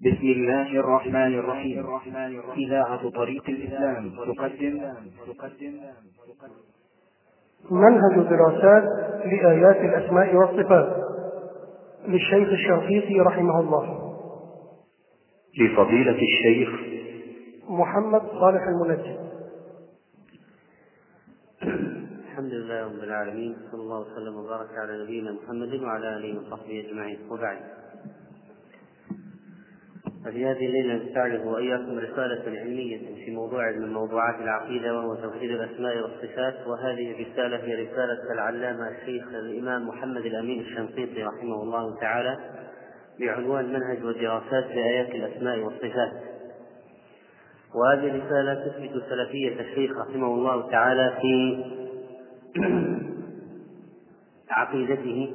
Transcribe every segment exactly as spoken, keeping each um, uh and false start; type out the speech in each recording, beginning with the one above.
بسم الله الرحمن الرحيم. إذاعة طريق الإسلام تقدم منهج دراسات لآيات الأسماء والصفات للشيخ الشنقيطي رحمه الله، لفضيلة الشيخ محمد صالح المنجد. الحمد لله رب العالمين، صلى الله وسلم وبارك على نبينا محمد وعلى آله وصحبه أجمعين، وبعد. ففي هذه الليلة نستعرض وإياكم رسالة علمية في موضوع من موضوعات العقيدة، وهو توحيد الأسماء والصفات. وهذه الرسالة هي رسالة العلامة الشيخ الإمام محمد الأمين الشنقيطي رحمه الله تعالى بعنوان منهج ودراسات لآيات الأسماء والصفات. وهذه الرسالة تثبت سلفية الشيخ رحمه الله تعالى في عقيدته،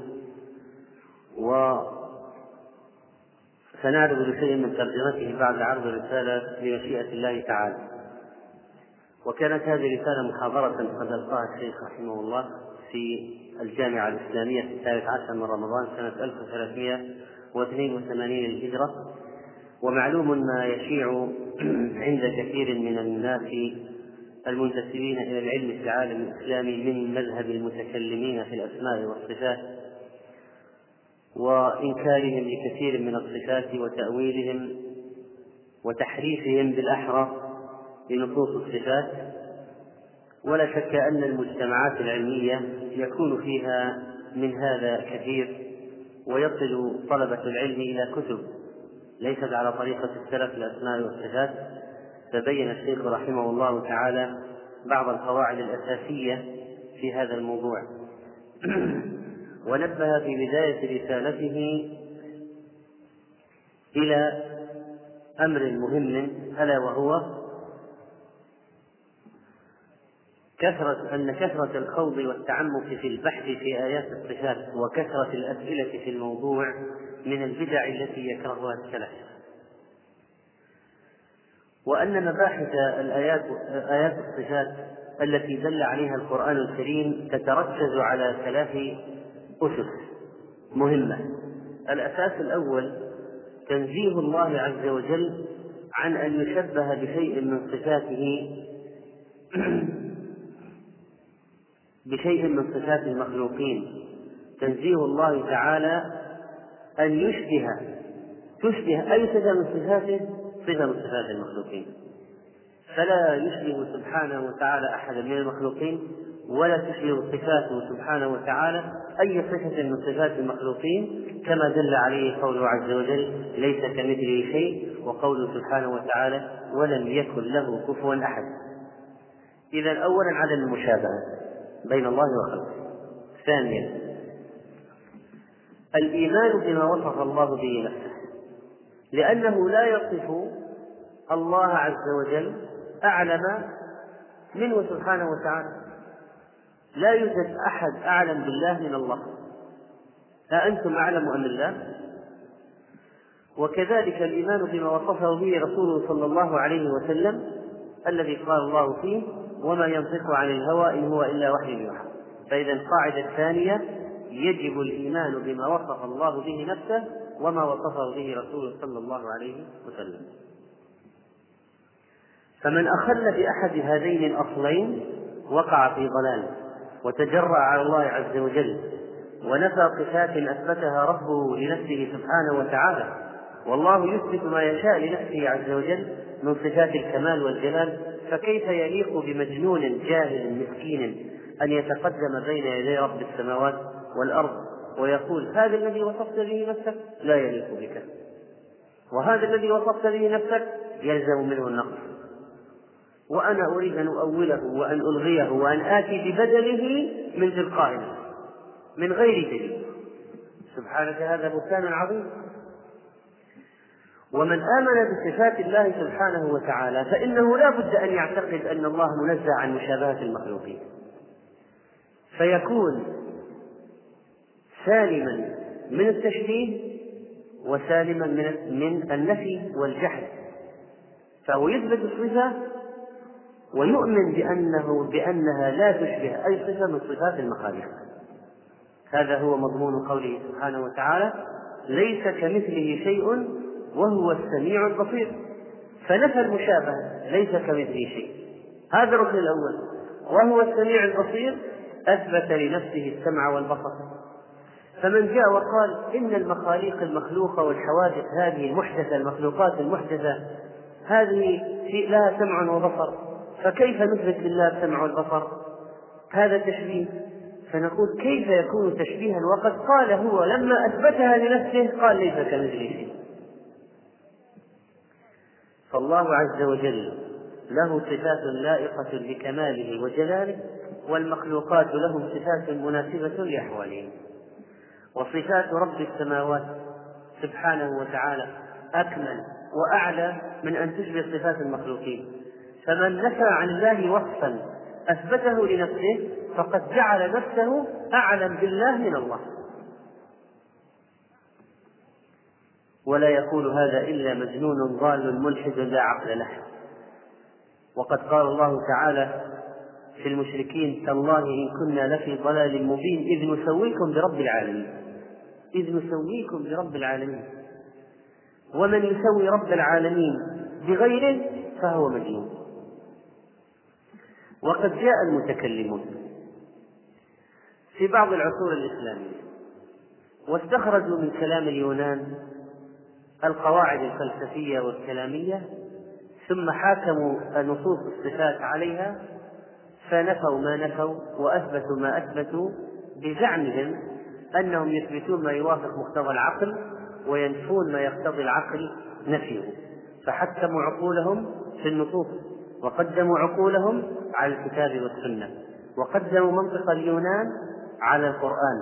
وسنعرض بشيء من ترجمته بعد عرض الرسالة بمشيئة الله تعالى. وكانت هذه الرسالة محاضرة قد ألقاها الشيخ رحمه الله في الجامعة الإسلامية في الثالث عشر من رمضان سنة ألف وثلاثمائة واثنين وثمانين للهجرة. ومعلوم ما يشيع عند كثير من الناس المنتسبين إلى العلم في العالم الإسلامي من مذهب المتكلمين في الأسماء والصفات، وإنكارهم لكثير من الصفات وتأويلهم وتحريفهم بالأحرى لنصوص الصفات. ولا شك أن المجتمعات العلمية يكون فيها من هذا كثير، ويصل طلبة العلم إلى كتب ليست على طريقة السلف الأسماء والصفات. فبين الشيخ رحمه الله تعالى بعض القواعد الأساسية في هذا الموضوع ونبه في بداية رسالته إلى أمر مهم، ألا وهو كثرة أن كثرة الخوض والتعمق في البحث في آيات الصفات وكثرة الأسئلة في الموضوع من البدع التي يكرهها السلف، وأن مباحث الآيات آيات الصفات التي دل عليها القرآن الكريم تتركز على ثلاث أسس مهمة. الأساس الأول تنزيه الله عز وجل عن أن يشبه بشيء من صفاته بشيء من صفات المخلوقين. تنزيه الله تعالى أن يشبه تشبه أي صفة من صفاته صفة من صفات المخلوقين، فلا يشبه سبحانه وتعالى أحدا من المخلوقين، ولا تشبه صفاته سبحانه وتعالى أي صفة من صفات المخلوقين، كما دل عليه قوله عز وجل: ليس كمثله شيء، وقوله سبحانه وتعالى: ولم يكن له كفوا أحد. إذا أولا عدم المشابهة بين الله وخلقه. ثانيا الإيمان بما وصف الله به نفسه، لأنه لا يصف الله عز وجل أعلم منه سبحانه وتعالى. لا يوجد أحد أعلم بالله من الله، أأنتم أعلم أم الله؟ وكذلك الإيمان بما وصفه به رسوله صلى الله عليه وسلم الذي قال الله فيه: وما ينطق عن الهوى إن هو إلا وحي يوحى. فإذا القاعدة الثانية يجب الإيمان بما وصف الله به نفسه وما وصفه به رسوله صلى الله عليه وسلم. فمن أخل بأحد هذين الأصلين وقع في ضلال وتجرأ على الله عز وجل ونفى صفات أثبتها ربه لنفسه سبحانه وتعالى. والله يثبت ما يشاء لنفسه عز وجل من صفات الكمال والجلال، فكيف يليق بمجنون جاهل مسكين أن يتقدم بين يدي رب السماوات والأرض ويقول: هذا الذي وصفت به نفسك لا يليق بك، وهذا الذي وصفت به نفسك يلزم منه النقص، وأنا أريد أن أؤوله وأن ألغيه وأن آتي ببدله من تلقاء من غير دليل. سبحانك، هذا بهتان عظيم. ومن آمن بصفات الله سبحانه وتعالى فإنه لا بد أن يعتقد أن الله منزه عن مشابهة المخلوقين، فيكون سالما من التشبيه وسالما من النفي والجحد. فهو يثبت الصفة ويؤمن بأنه بأنها لا تشبه أي صفة من صفات المخالق. هذا هو مضمون قوله سبحانه وتعالى: ليس كمثله شيء وهو السميع البصير، فنفى المشابهة، ليس كمثله شيء، هذا الركن الأول. وهو السميع البصير أثبت لنفسه السمع والبصر. فمن جاء وقال إن المخاليق المخلوقة والحوادث هذه المحدثة، المخلوقات المحدثة هذه لها سمع وبصر، فكيف نثبت لله السمع والبصر؟ هذا تشبيه. فنقول كيف يكون تشبيها وقد قال هو لما أثبتها لنفسه قال ليس كمثله شيء. فالله عز وجل له صفات لائقة بكماله وجلاله، والمخلوقات لهم صفات مناسبة لأحوالهم. وصفات رب السماوات سبحانه وتعالى أكمل وأعلى من أن تشبه صفات المخلوقين. فمن نفى عن الله وصفا أثبته لنفسه فقد جعل نفسه أعلم بالله من الله، ولا يقول هذا إلا مجنون ضال ملحد لا عقل له. وقد قال الله تعالى في المشركين: تالله إن كنا لفي ضلال مبين إذ نسويكم برب العالمين، إذ نسويكم برب العالمين. ومن يسوي رب العالمين بغيره فهو مجنون. وقد جاء المتكلمون في بعض العصور الإسلامية واستخرجوا من كلام اليونان القواعد الفلسفية والكلامية، ثم حاكموا نصوص الصفات عليها، فنفوا ما نفوا وأثبتوا ما أثبتوا بزعمهم أنهم يثبتون ما يوافق مقتضى العقل وينفون ما يقتضي العقل نفيه، فحكموا عقولهم في النصوص وقدموا عقولهم على الكتاب والسنة، وقدموا منطق اليونان على القرآن.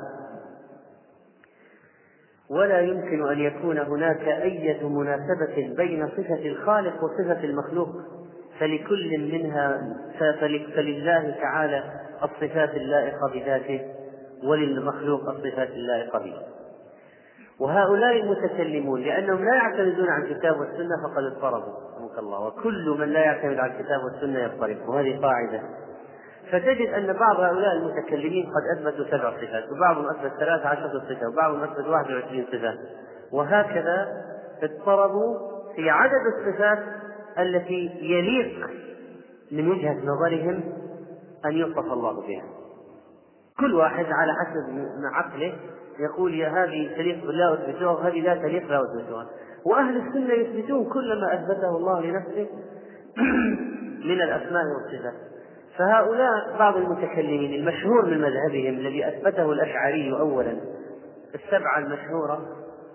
ولا يمكن أن يكون هناك أي مناسبة بين صفة الخالق وصفة المخلوق، فلكل منها فلله تعالى الصفات اللائقة بذاته وللمخلوق الصفات اللائقة به. وهؤلاء المتكلمون لأنهم لا يعتمدون على الكتاب والسنة فقد اضطربوا رحمك الله، وكل من لا يعتمد على الكتاب والسنة يضطرب، وهذه قاعدة. فتجد أن بعض هؤلاء المتكلمين قد أثبتوا سبع صفات، وبعضهم أثبت ثلاث عشرة صفات، وبعضهم أثبت واحد وعشرين صفات، وهكذا اضطربوا في عدد الصفات التي يليق من وجهة نظرهم أن يوصف الله بها. كل واحد على حسب عقله يقول يا هذه تليق بالله أثبتوها، وهذه لا تليق لا أثبتوها. وأهل السنة يثبتون كل ما أثبته الله لنفسه من الأسماء والصفات. فهؤلاء بعض المتكلمين المشهور من مذهبهم الذي أثبته الأشعري أولا، السبعة المشهورة: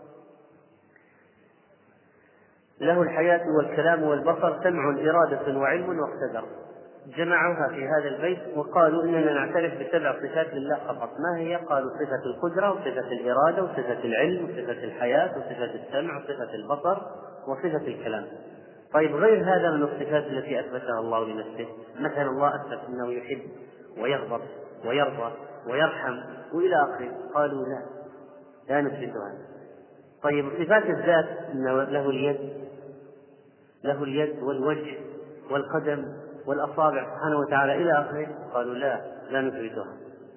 له الحياة والكلام والبصر سمع إرادة وعلم واقتدر، جمعوها في هذا البيت وقالوا إننا نعترف بسبع صفات لله فقط. ما هي؟ قالوا صفة القدرة وصفة الإرادة وصفة العلم وصفة الحياة وصفة السمع وصفة البصر وصفة الكلام. طيب غير هذا من الصفات التي أثبتها الله لنفسه، مثلا الله أثبت أنه يحب ويغضب ويرضى ويرحم وإلى آخره، قالوا لا لا نثبتها. طيب صفات الذات أنه له اليد له اليد والوجه والقدم والأصابع سبحانه وتعالى إلى آخره، قالوا لا لا نثبتها.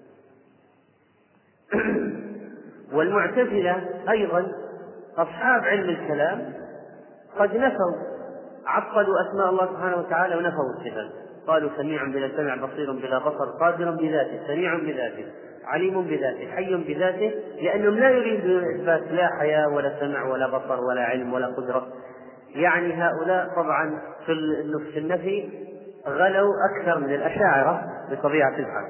والمعتزلة أيضا أصحاب علم الكلام قد نفوا، عطلوا أسماء الله سبحانه وتعالى ونفوا الصفات، قالوا سميع بلا سمع بصير بلا بصر قادر بذاته سميع بذاته عليم بذاته حي بذاته، لأنهم لا يريدون إثبات لا حياة ولا سمع ولا بصر ولا علم ولا قدرة. يعني هؤلاء طبعا في النفي غلوا أكثر من الأشاعرة بطبيعة الحال.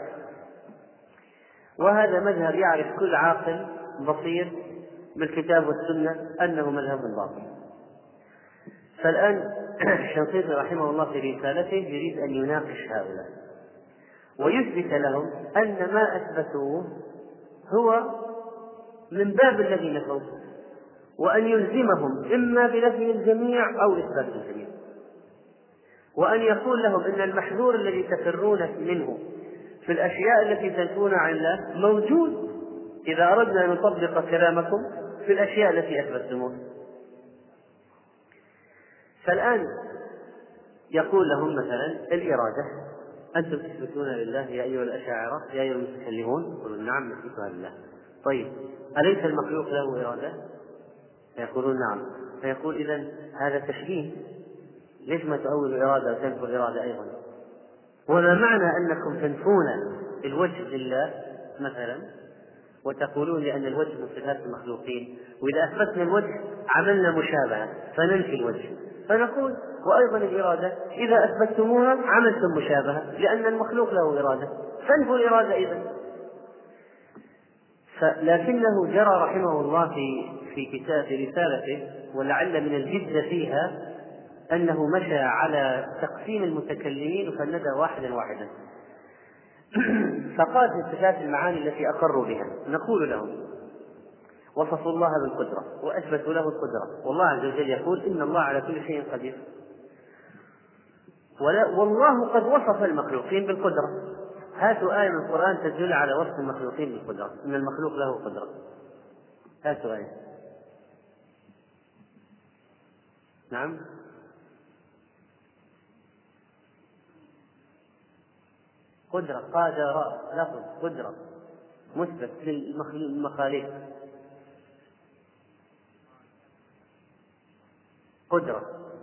وهذا مذهب يعرف كل عاقل بصير بالكتاب والسنة أنه مذهب باطل. فالآن الشنقيطي رحمه الله في رسالته يريد أن يناقش هؤلاء ويثبت لهم أن ما أثبتوه هو من باب الذي نفوه، وأن يلزمهم إما بنفي الجميع أو إثبات الجميع، وأن يقول لهم إن المحذور الذي تفرون منه في الأشياء التي تنفون عن الله موجود إذا أردنا أن نطبق كلامكم في الأشياء التي أثبتموها. فالآن يقول لهم مثلا الإرادة، أنتم تثبتون لله يا أيها الأشاعرة يا أيها المتكلمون؟ يقولون نعم نثبتها لله. طيب أليس المخلوق له إرادة؟ فيقولون نعم. فيقول إذن هذا تشبيه، ليش ما تؤول الإرادة وتنفوا الإرادة أيضا؟ وما معنى أنكم تنفون الوجه لله مثلا وتقولون لأن الوجه من صفات المخلوقين، وإذا أثبتنا الوجه عملنا مشابهة فننفي الوجه، فنقول وأيضا الإرادة إذا أثبتتموها عملتم مشابهة لأن المخلوق له إرادة، فانفوا الإرادة أيضا. لكنه جرى رحمه الله في في كتاب رسالته، ولعل من الجد فيها أنه مشى على تقسيم المتكلمين وفندى واحدا واحدا. فقال في صفات المعاني التي أقروا بها نقول لهم وصفوا الله بالقدرة وأثبتوا له القدرة، والله عز وجل يقول إن الله على كل شيء قدير، والله قد وصف المخلوقين بالقدرة. هاتوا آية من القرآن تدل على وصف المخلوقين بالقدرة، إن المخلوق له قدرة. هاتوا آية. نعم. قدرة قادر لفظ قدرة مثبت للمخاليق، قدرة.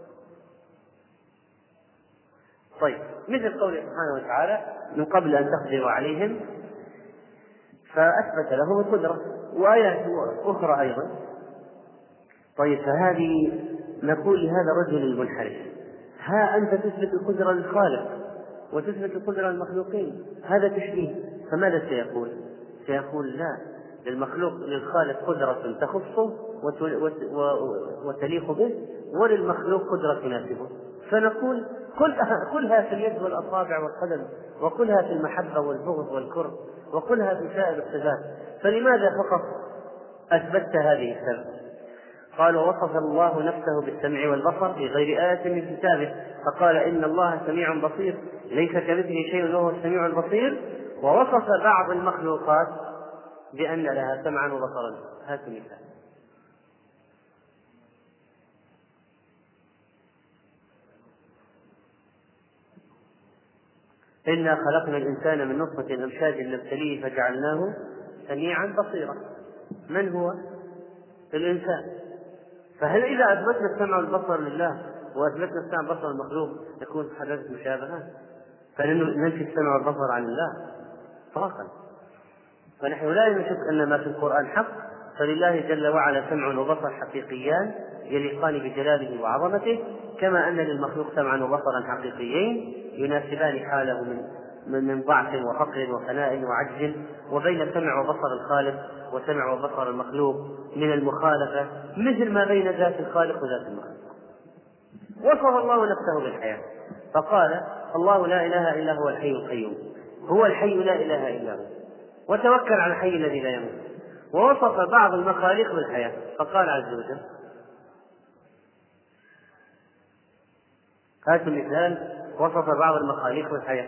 طيب مثل قوله سبحانه وتعالى من قبل أن تقدروا عليهم فأثبت لهم القدرة، وآيات أخرى أيضا. طيب فهذه نقول لهذا الرجل المنحرف ها أنت تثبت القدرة للخالق وتثبت القدرة للمخلوقين، هذا تشبيه. فماذا سيقول؟ سيقول لا، للمخلوق للخالق قدرة تخصه وتليق به، وللمخلوق قدرة تناسبه. فنقول كلها في اليد والأصابع والقدم، وكلها في المحبة والبغض والكره، وكلها في سائر الصفات، فلماذا فقط أثبتت هذه السبب؟ قال ووصف الله نفسه بالسمع والبصر في غير آية من كتابه، فقال إن الله سميع بصير ليس كمثله شيء وهو السميع البصير. ووصف بعض المخلوقات بأن لها سمعا وبصرا. هات مثال. إنا خلقنا الإنسان من نطفة أمشاج نبتليه فجعلناه سميعا بصيرا. من هو؟ الإنسان. فهل إذا أثبتنا السمع والبصر لله وأثبتنا السمع والبصر المخلوق يكون حدث مشابهة؟ فننفي السمع والبصر عن الله إطلاقا. فنحن لا نشك أن ما في القرآن حق، فلله جل وعلا سمع وبصر حقيقيان يليقان بجلاله وعظمته، كما أن للمخلوق سمعا وبصرا حقيقيين يناسبان حاله من من ضعف وفقر وفناء وعجز. وبين سمع وبصر الخالق وسمع وبصر المخلوق من المخالفة مثل ما بين ذات الخالق وذات المخلوق. وصف الله نفسه بالحياة فقال الله لا إله إلا هو الحي القيوم، هو الحي لا إله إلا هو، وتوكل على الحي الذي لا يموت. ووصف بعض المخاليق بالحياة فقال عز وجل هات مثال وصف بعض المخاليق بالحياة.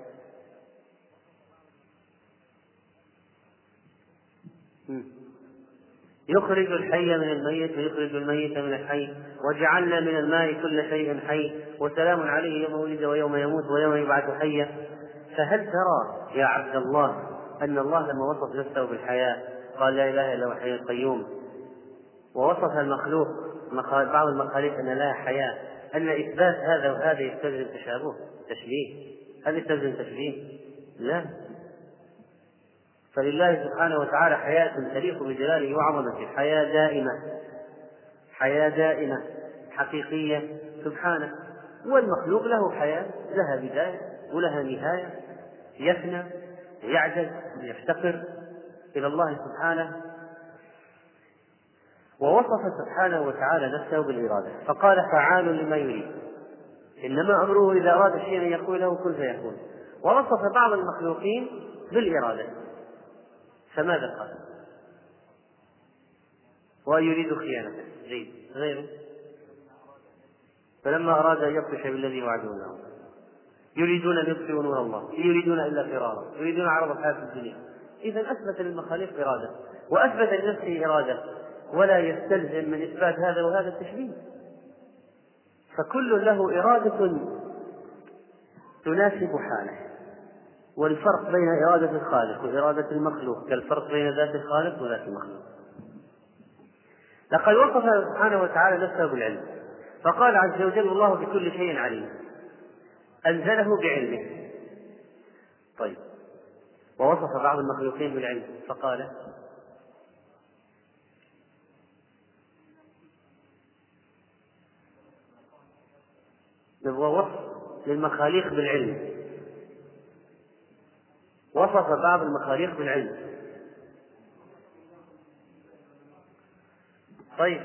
يخرج الحي من الميت ويخرج الميت من الحي، وجعلنا من الماء كل شيء حي، وسلام عليه يوم ولد ويوم يموت ويوم يبعث حيا. فهل ترى يا عبد الله أن الله لما وصف نفسه بالحياة قال لا إله إلا هو الحي القيوم، ووصف المخلوق بعض المخاليق أن لها حياة، أن إثبات هذا وهذا يستلزم تشابه تشبيه؟ هل يستلزم تشبيه؟ لا. فلله سبحانه وتعالى حياة تليق بجلاله وعظمته، حياة دائمة، حياة دائمة حقيقية سبحانه. والمخلوق له حياة لها بداية ولها نهاية، يفنى ويعجز ويفتقر إلى الله سبحانه. ووصف سبحانه وتعالى نفسه بالإرادة فقال فعال لما يريد، إنما أمره إذا أراد شيئا يقول له كن فيكون. ووصف بعض المخلوقين بالإرادة فماذا قال؟ ويريد خيانته زيد غيره فلما أراد أن يبطش بالذي وعدوا لهم يريدون أن يطفئوا نور الله يريدون إلا فرارا يريدون عرض الحياة الدنيا. إذا أثبت للمخاليق إرادة وأثبت لنفسه إرادة، ولا يستلزم من إثبات هذا وهذا التشبيه. فكل له إرادة تناسب حاله. والفرق بين إرادة الخالق وإرادة المخلوق كالفرق بين ذات الخالق وذات المخلوق. لقد وصف سبحانه وتعالى نفسه بالعلم، فقال عز وجل: الله بكل شيء عليم، أنزله بعلمه. طيب، ووصف بعض المخلوقين بالعلم فقال: نبغى وصف للمخاليق بالعلم، وصف بعض المخاليق بالعلم. طيب،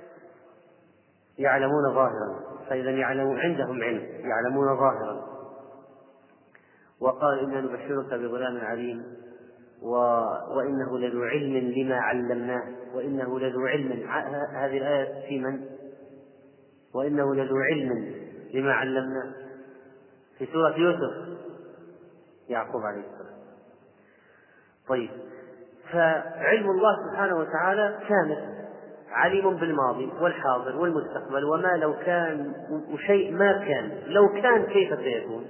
يعلمون ظاهرا، فإذا يعلمون عندهم علم، يعلمون ظاهرا. وقال: إنا نبشرك بغلام عليم و... وإنه لذو علم لما علمناه، وإنه لذو علم. هذه الآية في من؟ وإنه لذو علم لما علمناه في سورة يوسف، يعقوب عليه السلام. طيب، فعلم الله سبحانه وتعالى كامل، عليم بالماضي والحاضر والمستقبل، وما لو كان، وشيء ما كان لو كان كيف سيكون،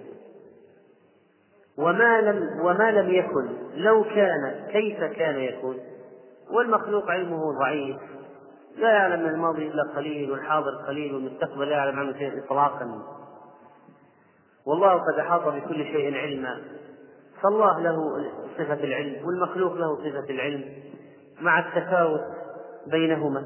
وما لم وما لم يكن لو كان كيف كان يكون. والمخلوق علمه ضعيف، لا يعلم من الماضي إلا قليل، والحاضر قليل، والمستقبل لا يعلم عنه شيء إطلاقا. والله قد أحاط بكل شيء علما، فالله له صفة العلم والمخلوق له صفة العلم مع التفاوت بينهما.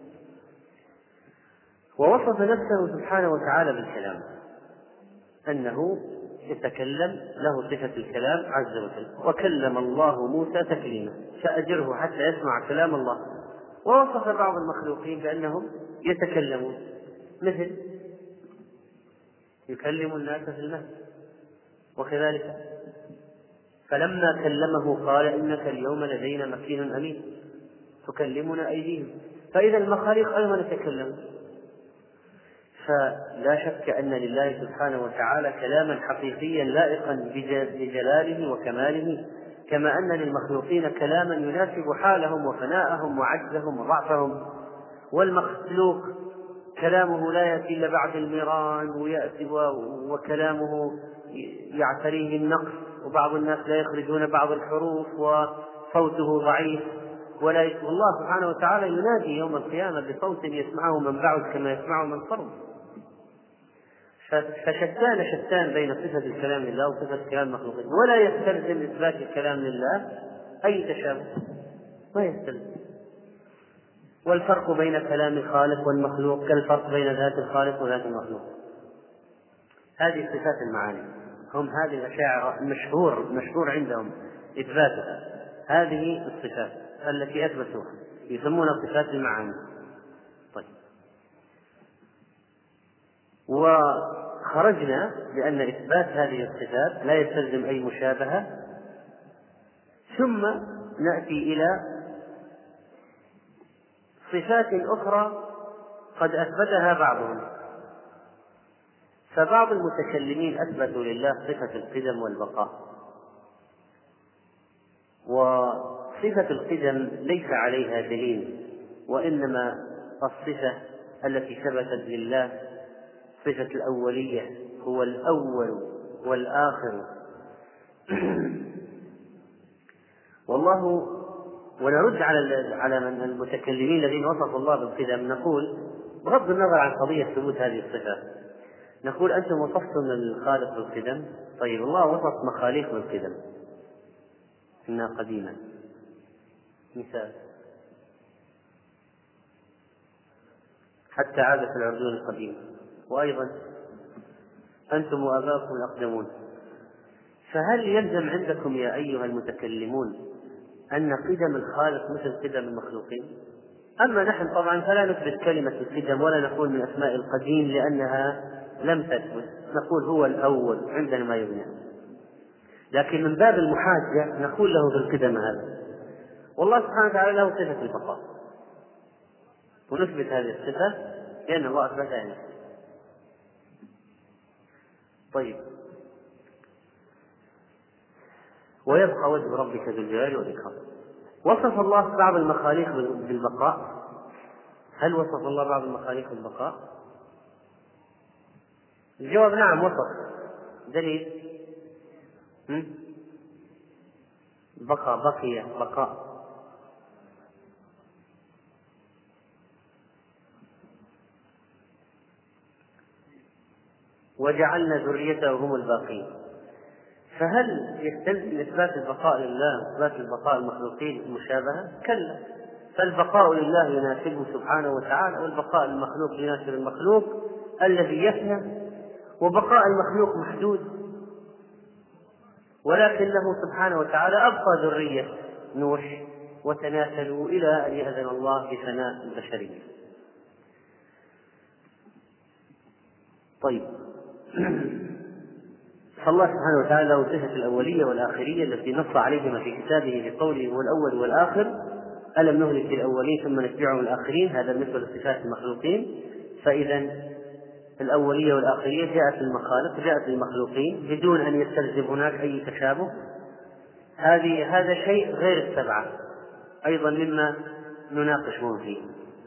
ووصف نفسه سبحانه وتعالى بالكلام، أنه يتكلم، له صفة الكلام عز وجل. وكلم الله موسى تكليما، فأجره حتى يسمع كلام الله. ووصف بعض المخلوقين بأنهم يتكلمون، مثل يكلم الناس في المهد، وكذلك فلما كلمه قال: إنك اليوم لدينا مكين أمين، تكلمنا أيديهم. فإذا المخاليق أيضا يتكلمون. فلا شك أن لله سبحانه وتعالى كلاما حقيقيا لائقا بجلاله وكماله، كما أن للمخلوقين كلاما يناسب حالهم وفناءهم وعجزهم وضعفهم. والمخلوق كلامه لا يأتي إلا بعد الميران، ويأتي وكلامه يعتريه النقص، وبعض الناس لا يخرجون بعض الحروف وصوته ضعيف. ولا ي... الله سبحانه وتعالى ينادي يوم القيامة بصوت يسمعه من بعد كما يسمعه من قرب. فشتان شتان بين صفة الكلام لله وصفة كلام المخلوقين، ولا يستلزم إثبات الكلام لله أي تشابه، ما يستلزم. والفرق بين كلام الخالق والمخلوق كالفرق بين ذات الخالق وذات المخلوق. هذه صفات المعاني، هم هذه الأشاعرة المشهور مشهور عندهم إثباتها، هذه الصفات التي أثبتوها يسمونها صفات المعاني. طيب، وخرجنا بأن إثبات هذه الصفات لا يستلزم أي مشابهة. ثم نأتي إلى صفات أخرى قد أثبتها بعضهم. فبعض المتكلمين أثبتوا لله صفة القدم والبقاء، وصفة القدم ليس عليها دليل، وإنما الصفة التي ثبتت لله صفة الأولية، هو الأول والآخر. والله ونرد على على من المتكلمين الذين وصفوا الله بالقدم، نقول بغض النظر عن قضية ثبوت هذه الصفة، نقول أنتم وصفتم الخالق بالقدم، طيب الله وصف مخاليق بالقدم، إنها قديمة. مثال: حتى عادت العرجون القديم، وأيضا أنتم وآباؤكم الأقدمون. فهل يلزم عندكم يا أيها المتكلمون أن قدم الخالق مثل قدم المخلوقين؟ أما نحن طبعا فلا نثبت كلمة القدم ولا نقول من أسماء القديم لأنها لم تثبت، نقول هو الأول عندنا ما يبنى. لكن من باب المحاجة نقول له بالقدم هذا. والله سبحانه وتعالى له صفة البقاء، ونثبت هذه الصفة لأن الله أثبتها نفسه. طيب، ويبقى وجه ربك ذو الجلال والإكرام. وصف الله بعض المخاليق بالبقاء. هل وصف الله بعض المخاليق بالبقاء؟ الجواب نعم وصف. دليل: بقى، بقي، بقاء. وجعلنا ذريته هم الباقين. فهل يستلزم إثبات البقاء لله إثبات البقاء المخلوقين المشابهة؟ كلا، فالبقاء لله يناسبه سبحانه وتعالى، والبقاء المخلوق يناسب المخلوق الذي يفنى، وبقاء المخلوق محدود، ولكنه سبحانه وتعالى أبقى ذرية نوح وتناسلوا إلى أن يأذن الله بفناء البشرية. طيب، فالله سبحانه وتعالى له صفة الأولية والآخرية التي نص عليهما في كتابه بقوله هو الأول والآخر، ألم نهلك الأولين ثم نتبعهم الآخرين. هذا بالنسبة لصفات المخلوقين. فإذا الأولية والآخرية جاءت المخالق جاءت المخلوقين بدون أن يستلزم هناك أي تشابه. هذه هذا شيء غير السبعة أيضا مما نناقشهم فيه.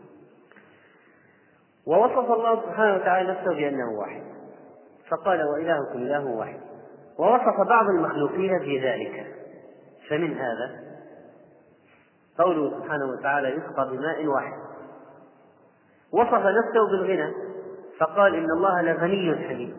ووصف الله سبحانه وتعالى نفسه بأنه واحد، فقال وإلهكم إله واحد، ووصف بعض المخلوقين في ذلك. فمن هذا قوله سبحانه وتعالى يسقى بماء واحد. وصف نفسه بالغنى فقال إن الله لغني حميد.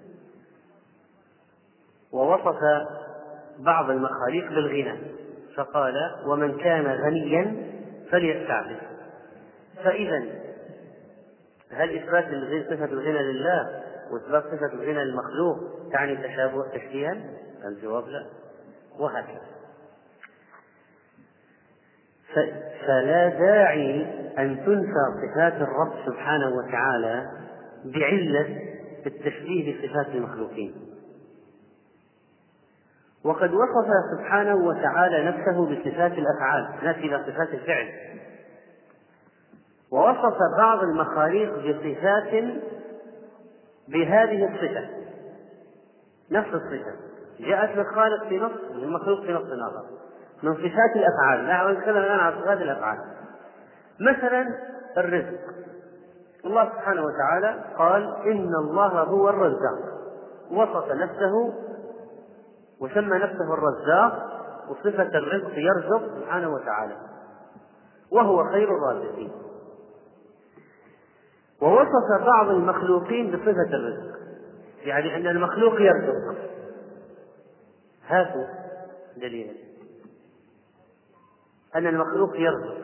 ووصف بعض المخاليق بالغنى فقال ومن كان غنيا فليستعفف. فإذا هل إثبات صفة الغنى لله وإثبات صفة الغنى للمخلوق تعني تشابه تشبيها؟ الجواب لا. وهكذا. فلا داعي أن تنفى صفات الرب سبحانه وتعالى بعلة التشبيه بصفات المخلوقين. وقد وصف سبحانه وتعالى نفسه بصفات الأفعال، نأتي إلى صفات الفعل. ووصف بعض المخاليق بصفات بهذه الصفة، نفس الصفة جاءت للخالق في نص والمخلوق في نص آخر من صفات الأفعال. لا نتكلم الآن عن صفات الأفعال. مثلا الرزق، الله سبحانه وتعالى قال إن الله هو الرزاق، وصف نفسه وسمى نفسه الرزاق، وصفة الرزق يرزق سبحانه وتعالى وهو خير الرازقين. ووصف بعض المخلوقين بصفة الرزق، يعني أن المخلوق يرزق. هاتوا دليلا أن المخلوق يرزق،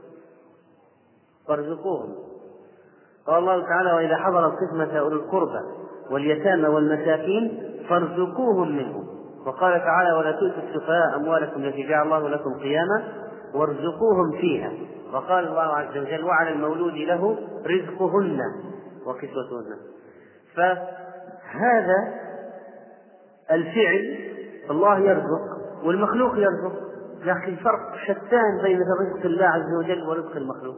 فارزقوهم. قال الله تعالى وإذا حضر القسمة أولي القربى واليتامى والمساكين فارزقوهم منه. وقال تعالى ولا تؤتوا السفهاء أموالكم التي جعل الله لكم قياما وارزقوهم فيها. وقال الله عز وجل وعلى المولود له رزقهن وكسوتهن. فهذا الفعل الله يرزق والمخلوق يرزق، لكن فرق شتان بين رزق الله عز وجل ورزق المخلوق.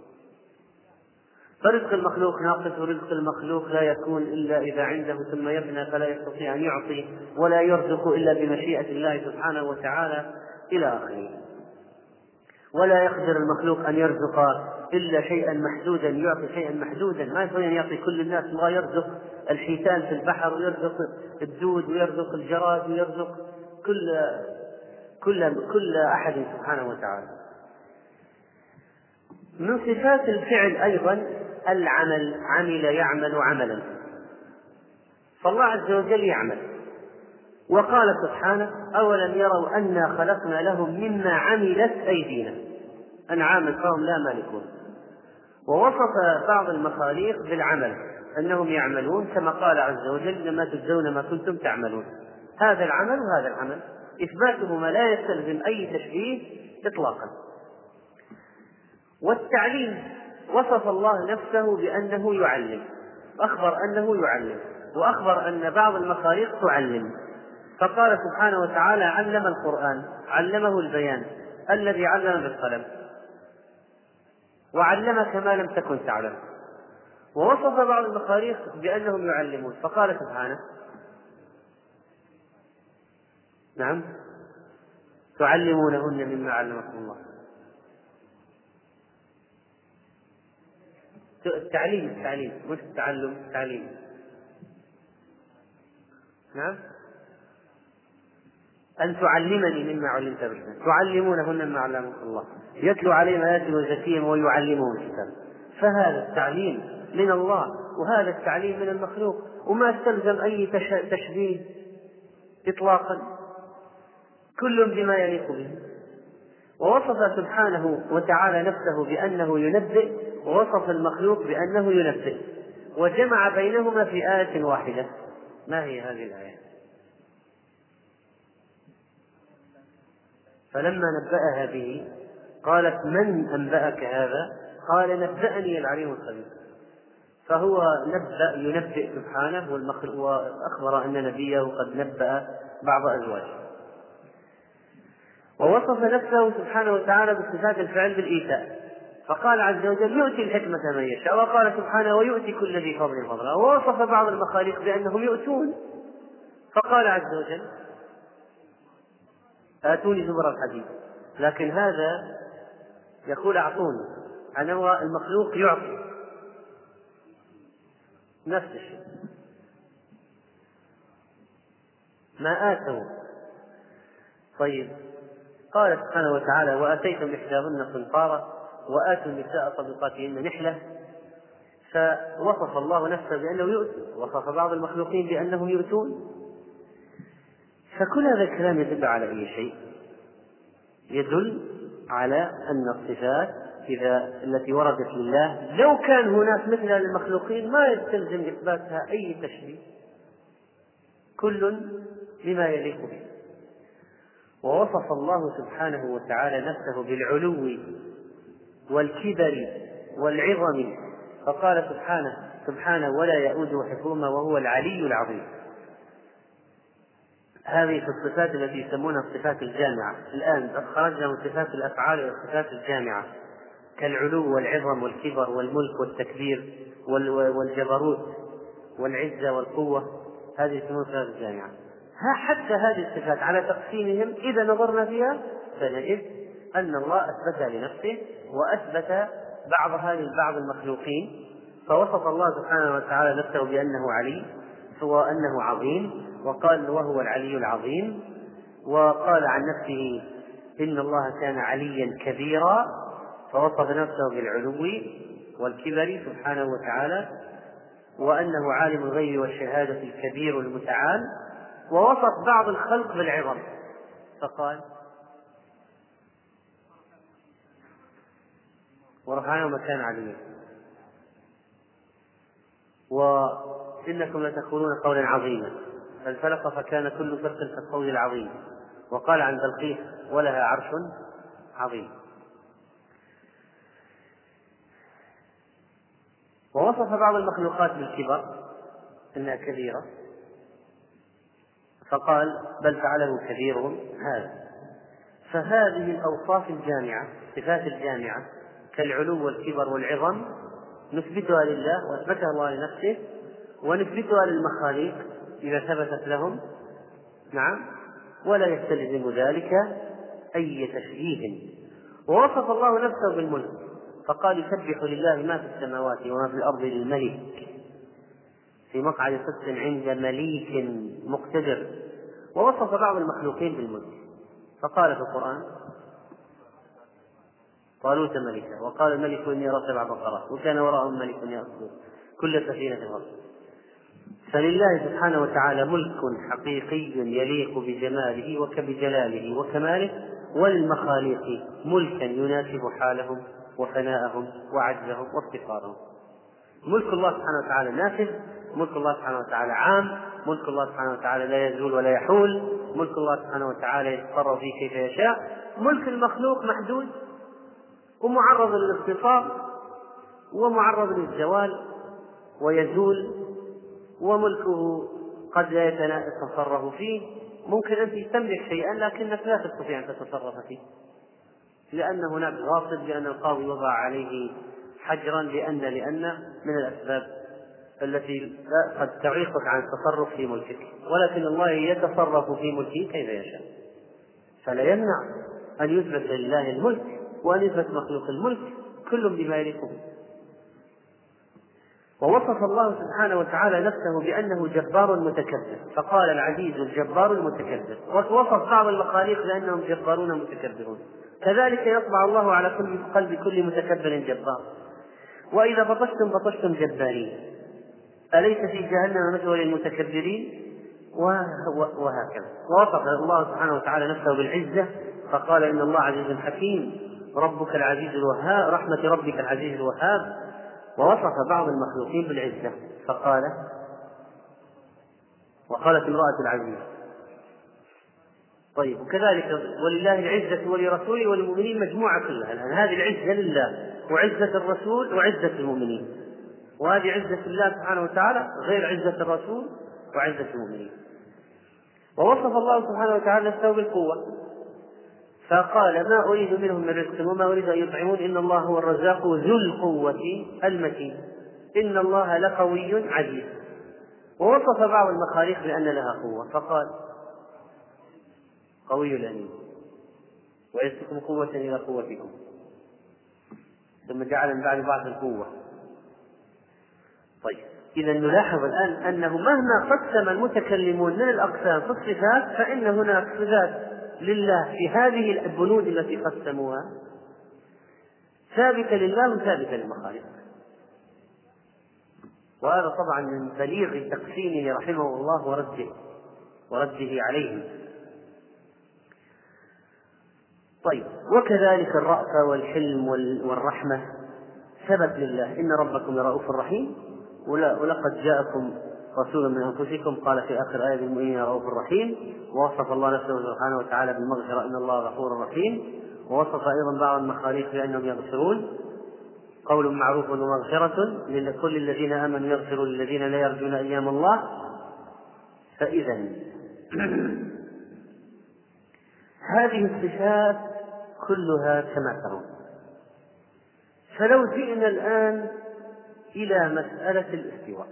فرزق المخلوق ناقص، ورزق المخلوق لا يكون إلا إذا عنده ثم يفنى فلا يستطيع أن يعطي، ولا يرزق إلا بمشيئة الله سبحانه وتعالى إلى آخره. ولا يقدر المخلوق أن يرزق إلا شيئا محدودا، يعطي شيئا محدودا، ما يستطيع أن يعطي كل الناس. ما يرزق الحيتان في البحر ويرزق الدود ويرزق الجراد ويرزق كل كل كل أحد سبحانه وتعالى. من صفات الفعل أيضا العمل، عمل يعمل عملا، فالله عز وجل يعمل. وقال سبحانه أولم يروا أنا خلقنا لهم مما عملت أيدينا أنعاما فهم لا مالكون. ووصف بعض المخاليق بالعمل أنهم يعملون كما قال عز وجل لما تجزون ما كنتم تعملون. هذا العمل وهذا العمل إثباتهما لا يستلزم أي تشبيه إطلاقا. والتعليم وصف الله نفسه بأنه يعلم، أخبر أنه يعلم، وأخبر أن بعض المخاليق تعلم. فقال سبحانه وتعالى علم القرآن، علمه البيان الذي علم بالقلم وعلمك ما لم تكن تعلم. ووصف بعض المخاليق بأنهم يعلمون فقال سبحانه نعم تعلمونهن مما علمكم الله. التعليم التعليم مش التعلم، التعليم. نعم أن تعلمني مما علمت رشدا، تعلمونهن مما علمكم الله، يتلو عليهم آياته ويزكيهم ويعلمهم الكتاب. فهذا التعليم من الله، وهذا التعليم من المخلوق وما استلزم أي تشبيه إطلاقا، كل بما يليق به. ووصف سبحانه وتعالى نفسه بأنه ينبئ، ووصف المخلوق بأنه ينبئ، وجمع بينهما في آية واحدة. ما هي هذه الآية؟ فلما نبأها به قالت من أنبأك هذا؟ قال نبأني العليم الخبير. فهو نبأ ينبئ سبحانه، وأخبر أن نبيه قد نبأ بعض أزواجه. ووصف نفسه سبحانه وتعالى بصفات الفعل بالإيتاء، فقال عز وجل يؤتي الحكمة من يشاء، وقال سبحانه ويؤتي كل ذي فضل فضلا. ووصف بعض المخاليق بأنهم يؤتون، فقال عز وجل آتوني زبر الحديد، لكن هذا يقول أعطوني، أنا المخلوق يعطي نفس الشيء. ما آتوا. طيب قال سبحانه وتعالى وآتيتم إحداهن قنطارا وآتوا النساء صدقاتهن نحلة، فوصف الله نفسه بأنه يؤتي، وصف بعض المخلوقين بأنهم يؤتون. فكل هذا الكلام يدل على أي شيء؟ يدل على أن الصفات إذا التي وردت لله لو كان هناك مثلها للمخلوقين ما يستلزم إثباتها أي تشبيه، كل بما يليق به. ووصف الله سبحانه وتعالى نفسه بالعلو والكبر والعظم، فقال سبحانه سبحانه ولا يؤوده حفظهما وهو العلي العظيم. هذه في الصفات التي يسمونها الصفات الجامعة. الآن خرجنا من صفات الأفعال إلى الصفات الجامعة كالعلو والعظم والكبر والملك والتكبير والجبروت والعزة والقوة، هذه يسمونها الصفات الجامعة. ها حتى هذه الصفات على تقسيمهم إذا نظرنا فيها فنجد أن الله أثبتها لنفسه وأثبت بعضها لبعض المخلوقين. فوصف الله سبحانه وتعالى نفسه بأنه علي وأنه عظيم، وقال وهو العلي العظيم، وقال عن نفسه إن الله كان عليا كبيرا، فوصف نفسه بالعلو والكبر سبحانه وتعالى، وأنه عالم الغيب والشهادة الكبير المتعال. ووصف بعض الخلق بالعظم فقال ورفعناه مكان عليا وإنكم لتقولون قولا عظيما فانفلق فكان كل فرق كالطود العظيم. وقال عن بلقيس ولها عرش عظيم. ووصف بعض المخلوقات بالكبر إنها كبيرة فقال بل فعله كبيرهم هذا. فهذه الأوصاف الجامعة الصفات الجامعة كالعلو والكبر والعظم نثبتها لله وأثبتها الله لنفسه، ونثبتها للمخاليق إذا ثبتت لهم، نعم، ولا يستلزم ذلك أي تشبيه. ووصف الله نفسه بالملك فقال يسبح لله ما في السماوات وما في الأرض للملك في مقعد صدق عند مليك مقتدر. ووصف بعض المخلوقين بالملك فقال في القرآن طالوت ملكا وقال الملك إني أرى سبع بقرات وكان وراءهم ملك يأخذ كل سفينة غصب. فلله سبحانه وتعالى ملك حقيقي يليق بجماله وبجلاله وكماله، وللمخاليق ملكا يناسب حالهم وفناءهم وعجزهم وافتقارهم. ملك الله سبحانه وتعالى نافذ، ملك الله سبحانه وتعالى عام، ملك الله سبحانه وتعالى لا يزول ولا يحول، ملك الله سبحانه وتعالى يتصرف فيه كيف يشاء. ملك المخلوق محدود ومعرض للاختصاص ومعرض للزوال ويزول، وملكه قد لا يتصرف فيه. ممكن أن تملك شيئا لكنك لا تستطيع أن تتصرف فيه لأن هناك غاصب، لأن القاضي وضع عليه حجرا، لأن لأن من الأسباب التي قد تعيقك عن التصرف في ملكك، ولكن الله يتصرف في ملكه كيف يشاء. فلا يمنع أن يثبت لله الملك وأن يثبت مخلوق الملك كل بما يليقه. ووصف الله سبحانه وتعالى نفسه بأنه جبار متكبر فقال العزيز الجبار المتكبر، ووصف بعض المخاليق بأنهم جبارون متكبرون. كذلك يطبع الله على كل قلب كل متكبر جبار. وإذا بطشتم بطشتم جبارين. أليس في جهنم مثوى للمتكبرين؟ وهكذا. ووصف الله سبحانه وتعالى نفسه بالعزة فقال إن الله عزيز حكيم، ربك العزيز الوهاب، رحمة ربك العزيز الوهاب. ووصف بعض المخلوقين بالعزة فقال وقالت امرأة العزيز. طيب وكذلك ولله العزة ولرسوله وللمؤمنين مجموعة كلها. الآن هذه العزة لله وعزة الرسول وعزة المؤمنين، وهذه عزة الله سبحانه وتعالى غير عزة الرسول وعزة المؤمنين. ووصف الله سبحانه وتعالى نفسه بالقوة فقال ما أريد منهم من رزق وما أريد أن يطعمون إن الله هو الرزاق ذو القوة المتين إن الله لقوي عزيز. ووصف بعض المخاليق بأن لها قوة فقال قوي الأمين ويزدكم قوة إلى قوتكم، ثم جعل من بعد بعض القوة. طيب إذا نلاحظ الآن أنه مهما قسم المتكلمون من الأقسام في الصفات فإن هناك صفات لله في هذه البنود التي قسموها ثابتة لله وثابتة للمخالق. وهذا طبعا من بليغ تقسيمه رحمه الله ورده ورده عليهم. طيب وكذلك الرأفة والحلم والرحمة ثبت لله إن ربكم لرؤوف رحيم ولقد جاءكم رسول من أنفسكم قال في آخر آية المؤمنين رؤوف رحيم. ووصف الله نفسه سبحانه وتعالى بالمغفرة إن الله غفور رحيم. ووصف أيضا بعض المخاليق بأنهم يغفرون قول معروف ومغفرة لكل الذين آمنوا يغفروا للذين لا يرجون أيام الله. فإذا هذه الصفات كلها كما ترون. فلو جئنا الآن إلى مسألة الاستواء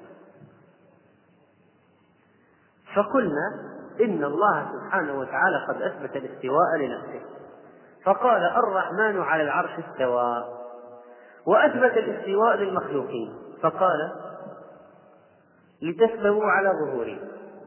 فقلنا إن الله سبحانه وتعالى قد أثبت الاستواء لنفسه فقال الرحمن على العرش استوى، وأثبت الاستواء للمخلوقين فقال لتستووا على ظهوره.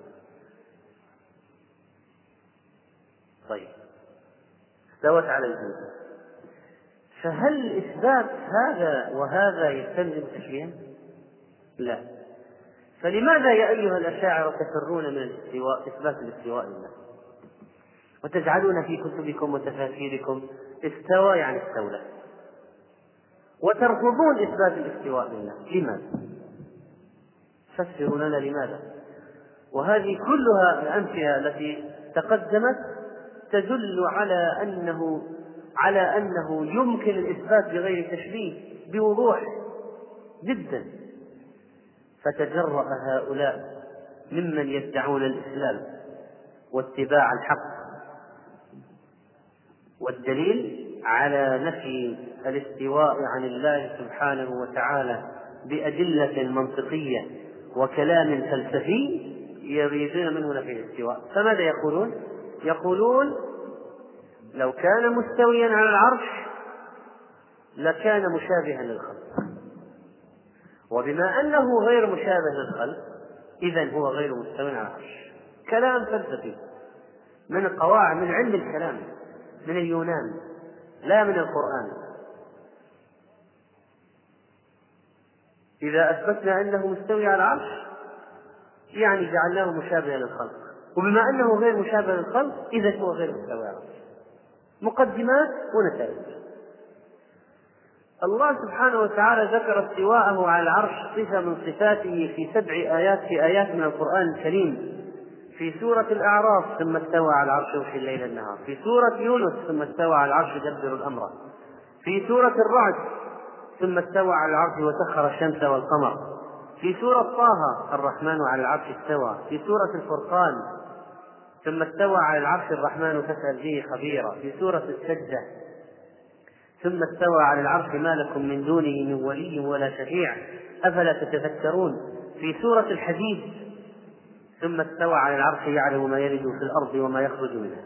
طيب استوت على الجود، فهل إثبات هذا وهذا يستلزم تشبيها؟ لا. فلماذا يا أيها الأشاعرة تفرون من الاستواء إثبات الاستواء لله وتجعلون في كتبكم وتفاسيركم استوى يعني استولى وترفضون إثبات الاستواء لله؟ لماذا؟ فسروا لنا لماذا. وهذه كلها الأمثلة التي تقدمت تدل على أنه على أنه يمكن الإثبات بغير تشبيه بوضوح جدا. فتجرأ هؤلاء ممن يدعون الإسلام واتباع الحق والدليل على نفي الاستواء عن الله سبحانه وتعالى بأدلة منطقية وكلام فلسفي يريدون منه نفي الاستواء. فماذا يقولون؟ يقولون لو كان مستويا على العرش لكان مشابها للخلق، وبما أنه غير مشابه للخلق إذن هو غير مستوي على العرش. كلام فلسفي من القواعد من علم الكلام من اليونان لا من القرآن. إذا أثبتنا أنه مستوي على العرش يعني جعلناه مشابها للخلق، وبما أنه غير مشابه للخلق إذن هو غير مستوي على العرش. مقدمات ونتائج. الله سبحانه وتعالى ذكر استواءه على العرش صفة من صفاته في سبع آيات في آيات من القرآن الكريم. في سورة الأعراف ثم استوى على العرش يغشي الليل النهار، في سورة يونس ثم استوى على العرش يدبر الأمر، في سورة الرعد ثم استوى على العرش وسخر الشمس والقمر، في سورة طه الرحمن على العرش استوى، في سورة الفرقان ثم استوى على العرش الرحمن فاسأل به خبيرا، في سورة السجدة ثم استوى على العرش ما لكم من دونه من ولي ولا شفيع أفلا تتذكرون، في سورة الحديد ثم استوى على العرش يعلم ما يلج في الأرض وما يخرج منها.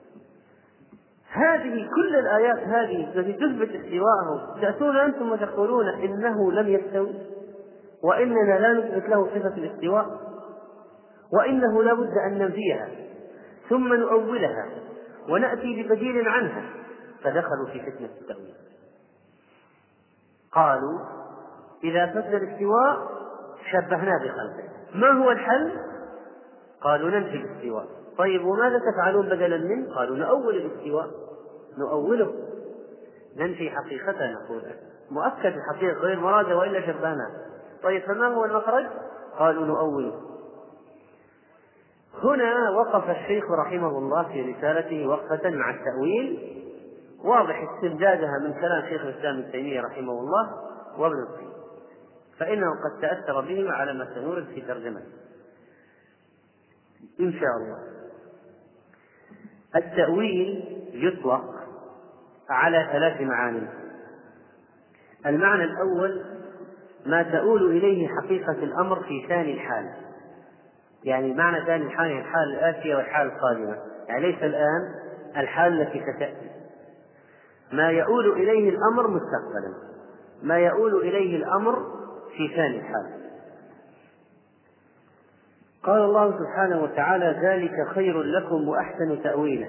هذه كل الآيات هذه التي تثبت استواءه تأتون أنتم وتقولون إنه لم يستوي وإننا لا نثبت له صفة الاستواء وإنه لا بد أن ننفيها ثم نؤولها ونأتي ببديل عنها. فدخلوا في فتنة التأويل. قالوا إذا ثبت الاستواء شبهناه بخلقه. ما هو الحل؟ قالوا ننفي الاستواء. طيب وماذا تفعلون بدلا منه؟ قالوا نؤول الاستواء، نؤوله، ننفي حقيقته، نقول مؤكد الحقيقة غير مرادة وإلا شبهنا. طيب فما هو المخرج؟ قالوا نؤوله. هنا وقف الشيخ رحمه الله في رسالته وقفة مع التأويل واضح استمدادها من كلام شيخ الإسلام ابن تيمية رحمه الله وابن القيم، فإنه قد تأثر به على ما سنورد في ترجمته إن شاء الله. التأويل يطلق على ثلاث معاني. المعنى الأول ما تؤول إليه حقيقة الأمر في ثاني الحال، يعني معنى ثاني الحال الحال الآتية والحال القادمة، يعني ليس الآن الحال التي ستأتي. ما يؤول إليه الأمر مستقبلا، ما يؤول إليه الأمر في ثاني الحال. قال الله سبحانه وتعالى ذلك خير لكم وأحسن تأويلا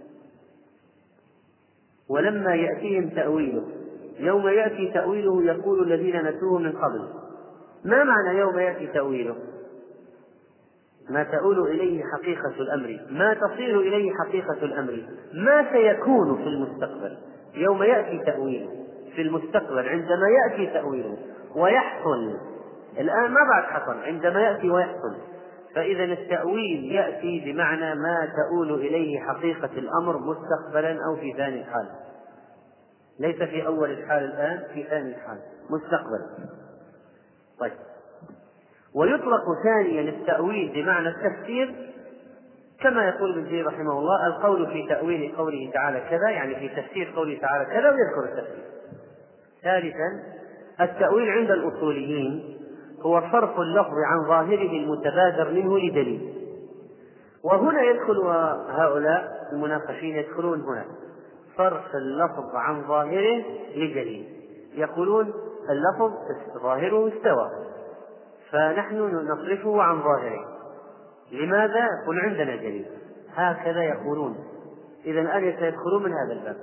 ولما يأتيهم تأويله يوم يأتي تأويله يقول الذين نسوه من قبل. ما معنى يوم يأتي تأويله؟ ما تؤول إليه حقيقة الأمر، ما تصير إليه حقيقة الأمر، ما سيكون في المستقبل. يوم يأتي تأويله في المستقبل عندما يأتي تأويله ويحصل، الآن ما بعد حصل، عندما يأتي ويحصل. فإذا التأويل يأتي بمعنى ما تؤول إليه حقيقة الأمر مستقبلا أو في ثاني الحال، ليس في أول الحال الآن، في ثاني الحال مستقبلا. طيب، ويطلق ثانيا التأويل بمعنى التفسير كما يقول ابن تيمية رحمه الله القول في تأويل قوله تعالى كذا، يعني في تفسير قوله تعالى كذا ويذكر التفسير. ثالثا التأويل عند الأصوليين هو صرف اللفظ عن ظاهره المتبادر منه لدليل. وهنا يدخل هؤلاء المناقشين يدخلون هنا صرف اللفظ عن ظاهره لدليل، يقولون اللفظ ظاهره استوى فنحن نصرفه عن ظاهره، لماذا؟ يقول عندنا دليل، هكذا يقولون. إذا الآن سيدخلون من هذا الباب.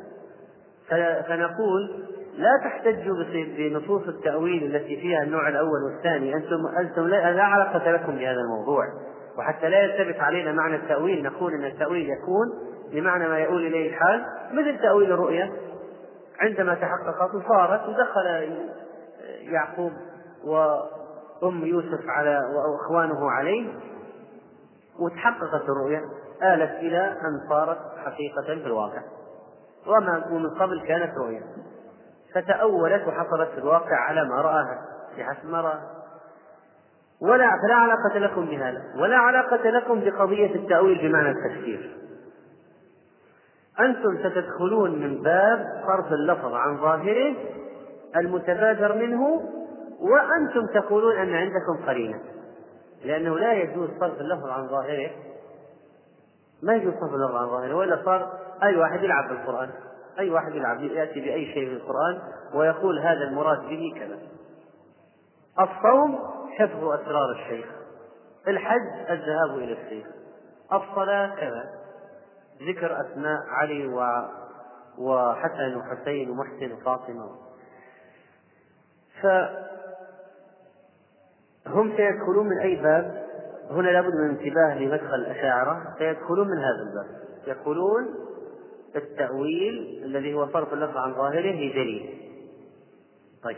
فنقول لا تحتجوا بنصوص التأويل التي فيها النوع الأول والثاني، أنتم, أنتم لا علاقة لكم بهذا الموضوع. وحتى لا يلتبس علينا معنى التأويل نقول أن التأويل يكون بمعنى ما يؤول إليه الحال، مثل تأويل الرؤيا عندما تحققت صارت ودخل يعقوب وأم يوسف على وأخوانه عليه وتحققت الرؤيا، آلت إلى أن صارت حقيقة في الواقع، وما من قبل كانت رؤيا فتأولت وحصلت في الواقع على ما رآها بحسب ما رأى. ولا فلا علاقة لكم بهذا، ولا علاقة لكم بقضية التأويل بمعنى التفسير. أنتم ستدخلون من باب صرف اللفظ عن ظاهره المتبادر منه، وأنتم تقولون أن عندكم قرينة، لأنه لا يجوز صرف اللفظ عن ظاهره، ما يجوز صرف اللفظ عن ظاهره، وإلا صار أي واحد يلعب بالقرآن، أي واحد يلعب يأتي بأي شيء في القرآن ويقول هذا المراد به كذا. الصوم حفظ أسرار الشيخ، الحج الذهاب إلى الشيخ، الصلاة كذا، ذكر أسماء علي و... وحسن وحسين ومحسن وفاطمة. فهم سيدخلون من أي باب؟ هنا لابد من انتباه لمدخل الأشاعرة، سيدخلون من هذا الباب، يقولون التأويل الذي هو صرف اللفظ عن ظاهره دليل. طيب،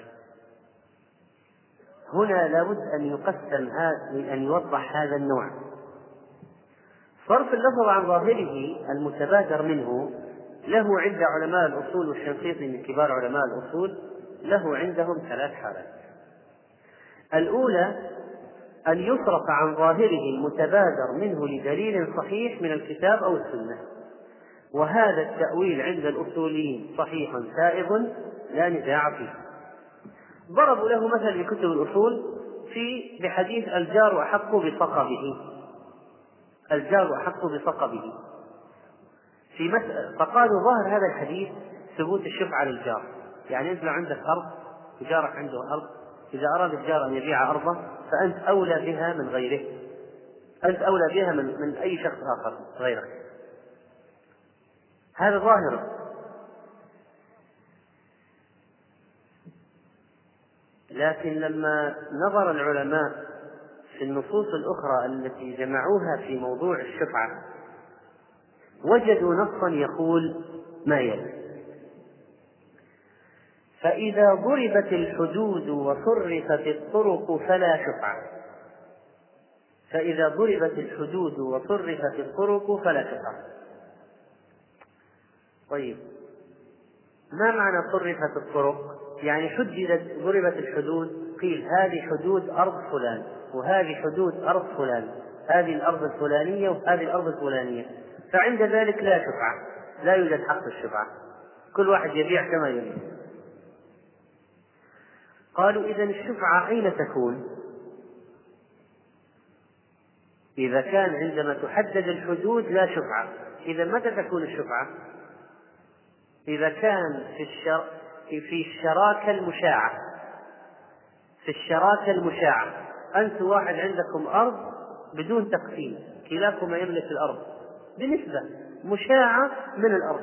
هنا لابد أن يقسم هذا، أن يوضح هذا النوع. صرف اللفظ عن ظاهره المتبادر منه له عند علماء الأصول، والشنقيطي من كبار علماء الأصول، له عندهم ثلاث حالات. الأولى أن يصرف عن ظاهره المتبادر منه لدليل صحيح من الكتاب أو السنة، وهذا التأويل عند الأصوليين صحيح سائغ لا نزاع فيه. ضربوا له مثل في كتب الأصول في بحديث الجار أحق بصقبه، الجار أحق بصقبه في مسألة، فقالوا ظاهر هذا الحديث ثبوت الشفعة للجار، يعني أنت لو عندك أرض وجارك عنده أرض، إذا أراد الجار أن يبيع أرضه فأنت أولى بها من غيره، أنت أولى بها من, من أي شخص آخر غيرك، هذا ظاهر. لكن لما نظر العلماء في النصوص الأخرى التي جمعوها في موضوع الشفعة وجدوا نصا يقول ما يلي: فإذا ضربت الحدود وصرفت الطرق فلا شفعة. فإذا ضربت الحدود وصرفت الطرق فلا شفعة. طيب، ما معنى صرفت الطرق؟ يعني حددت، ضربت الحدود، قيل هذه حدود أرض فلان وهذه حدود أرض فلان، هذه الأرض الفلانية وهذه الأرض الفلانية، فعند ذلك لا شفعة، لا يوجد حق الشفعة، كل واحد يبيع كما يريد. قالوا: إذن الشفعة أين تكون؟ إذا كان عندما تحدد الحدود لا شفعة، إذا متى تكون الشفعة؟ إذا كان في الشر... في الشراكة المشاعة. في الشراكة المشاعة أنت واحد عندكم أرض بدون تقسيم، كلاكما يملك الأرض بنسبة مشاعة من الأرض،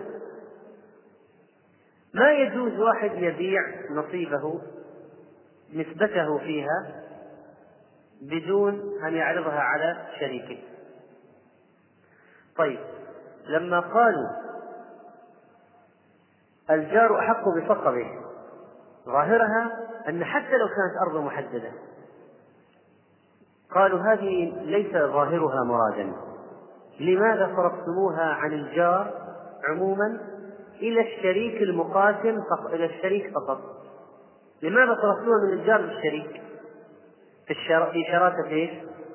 ما يجوز واحد يبيع نصيبه نسبته فيها بدون أن يعرضها على شريكه. طيب، لما قالوا الجار أحق بصقبه، ظاهرها أن حتى لو كانت أرض محددة، قالوا هذه ليس ظاهرها مرادا، لماذا صرفتموها عن الجار عموما إلى الشريك المقاسم فقط، إلى الشريك فقط؟ لماذا صرفتوها من الجار للشريك في شراكة إيش؟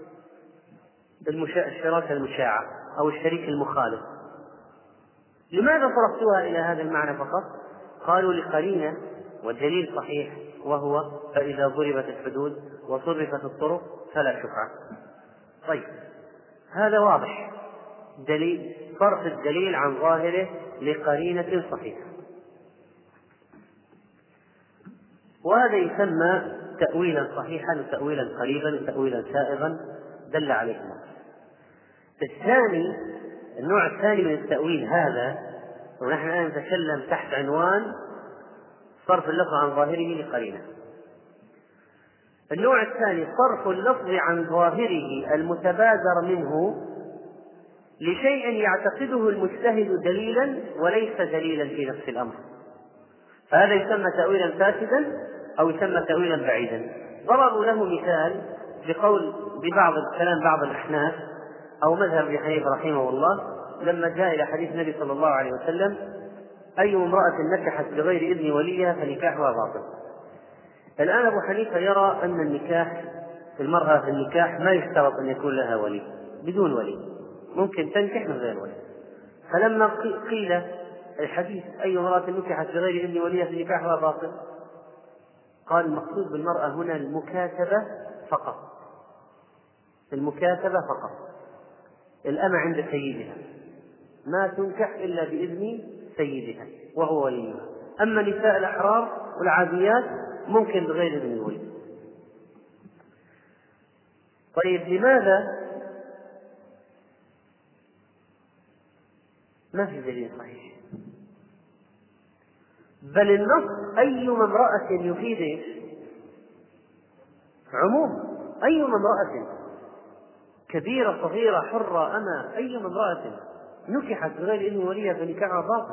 الشراكة المشاعة أو الشريك المخالف؟ لماذا صرفتوها إلى هذا المعنى فقط؟ قالوا لقرينة، والدليل صحيح، وهو فإذا ضربت الحدود وصرفت الطرق فلا شفعة. طيب، هذا واضح، دليل صرف الدليل عن ظاهره لقرينة صحيحة، وهذا يسمى تأويلا صحيحا وتأويلا قريبا وتأويلا سائغا دل عليه النص. الثاني، النوع الثاني من التأويل هذا، ونحن الآن نتكلم تحت عنوان صرف اللفظ عن ظاهره لقرينة. النوع الثاني صرف اللفظ عن ظاهره المتبادر منه لشيء يعتقده المجتهد دليلا وليس دليلا في نفس الأمر، فهذا يسمى تأويلا فاسدا أو يسمى تأويلا بعيدا. ضربوا له مثال بقول ببعض كلام بعض الأحناف أو مذهب ابن حنيفة رحمه الله، لما جاء إلى حديث النبي صلى الله عليه وسلم: أي امرأة نكحت بغير إذن وليها فنكاحها باطل. الآن أبو حنيفة يرى أن النكاح، المرأة في النكاح ما يشترط أن يكون لها ولي، بدون ولي ممكن تنكح من غير ولي. فلما قيل الحديث أي امرأة نكحت بغير إذن وليها فنكاحها باطل، قال المقصود بالمرأة هنا المكاتبة فقط، المكاتبة فقط، الأمة عند سيدها ما تنكح إلا بإذن سيدها وهو وليها، أما نساء الأحرار والعاديات ممكن بغير إذن الولي. طيب، لماذا؟ ما في دليل صحيح، بل النص أيما امرأة يفيد عموم، أيما امرأة كبيرة صغيرة حرة أما أيما امرأة نكحت بغير إذن وليها فنكاحها باطل.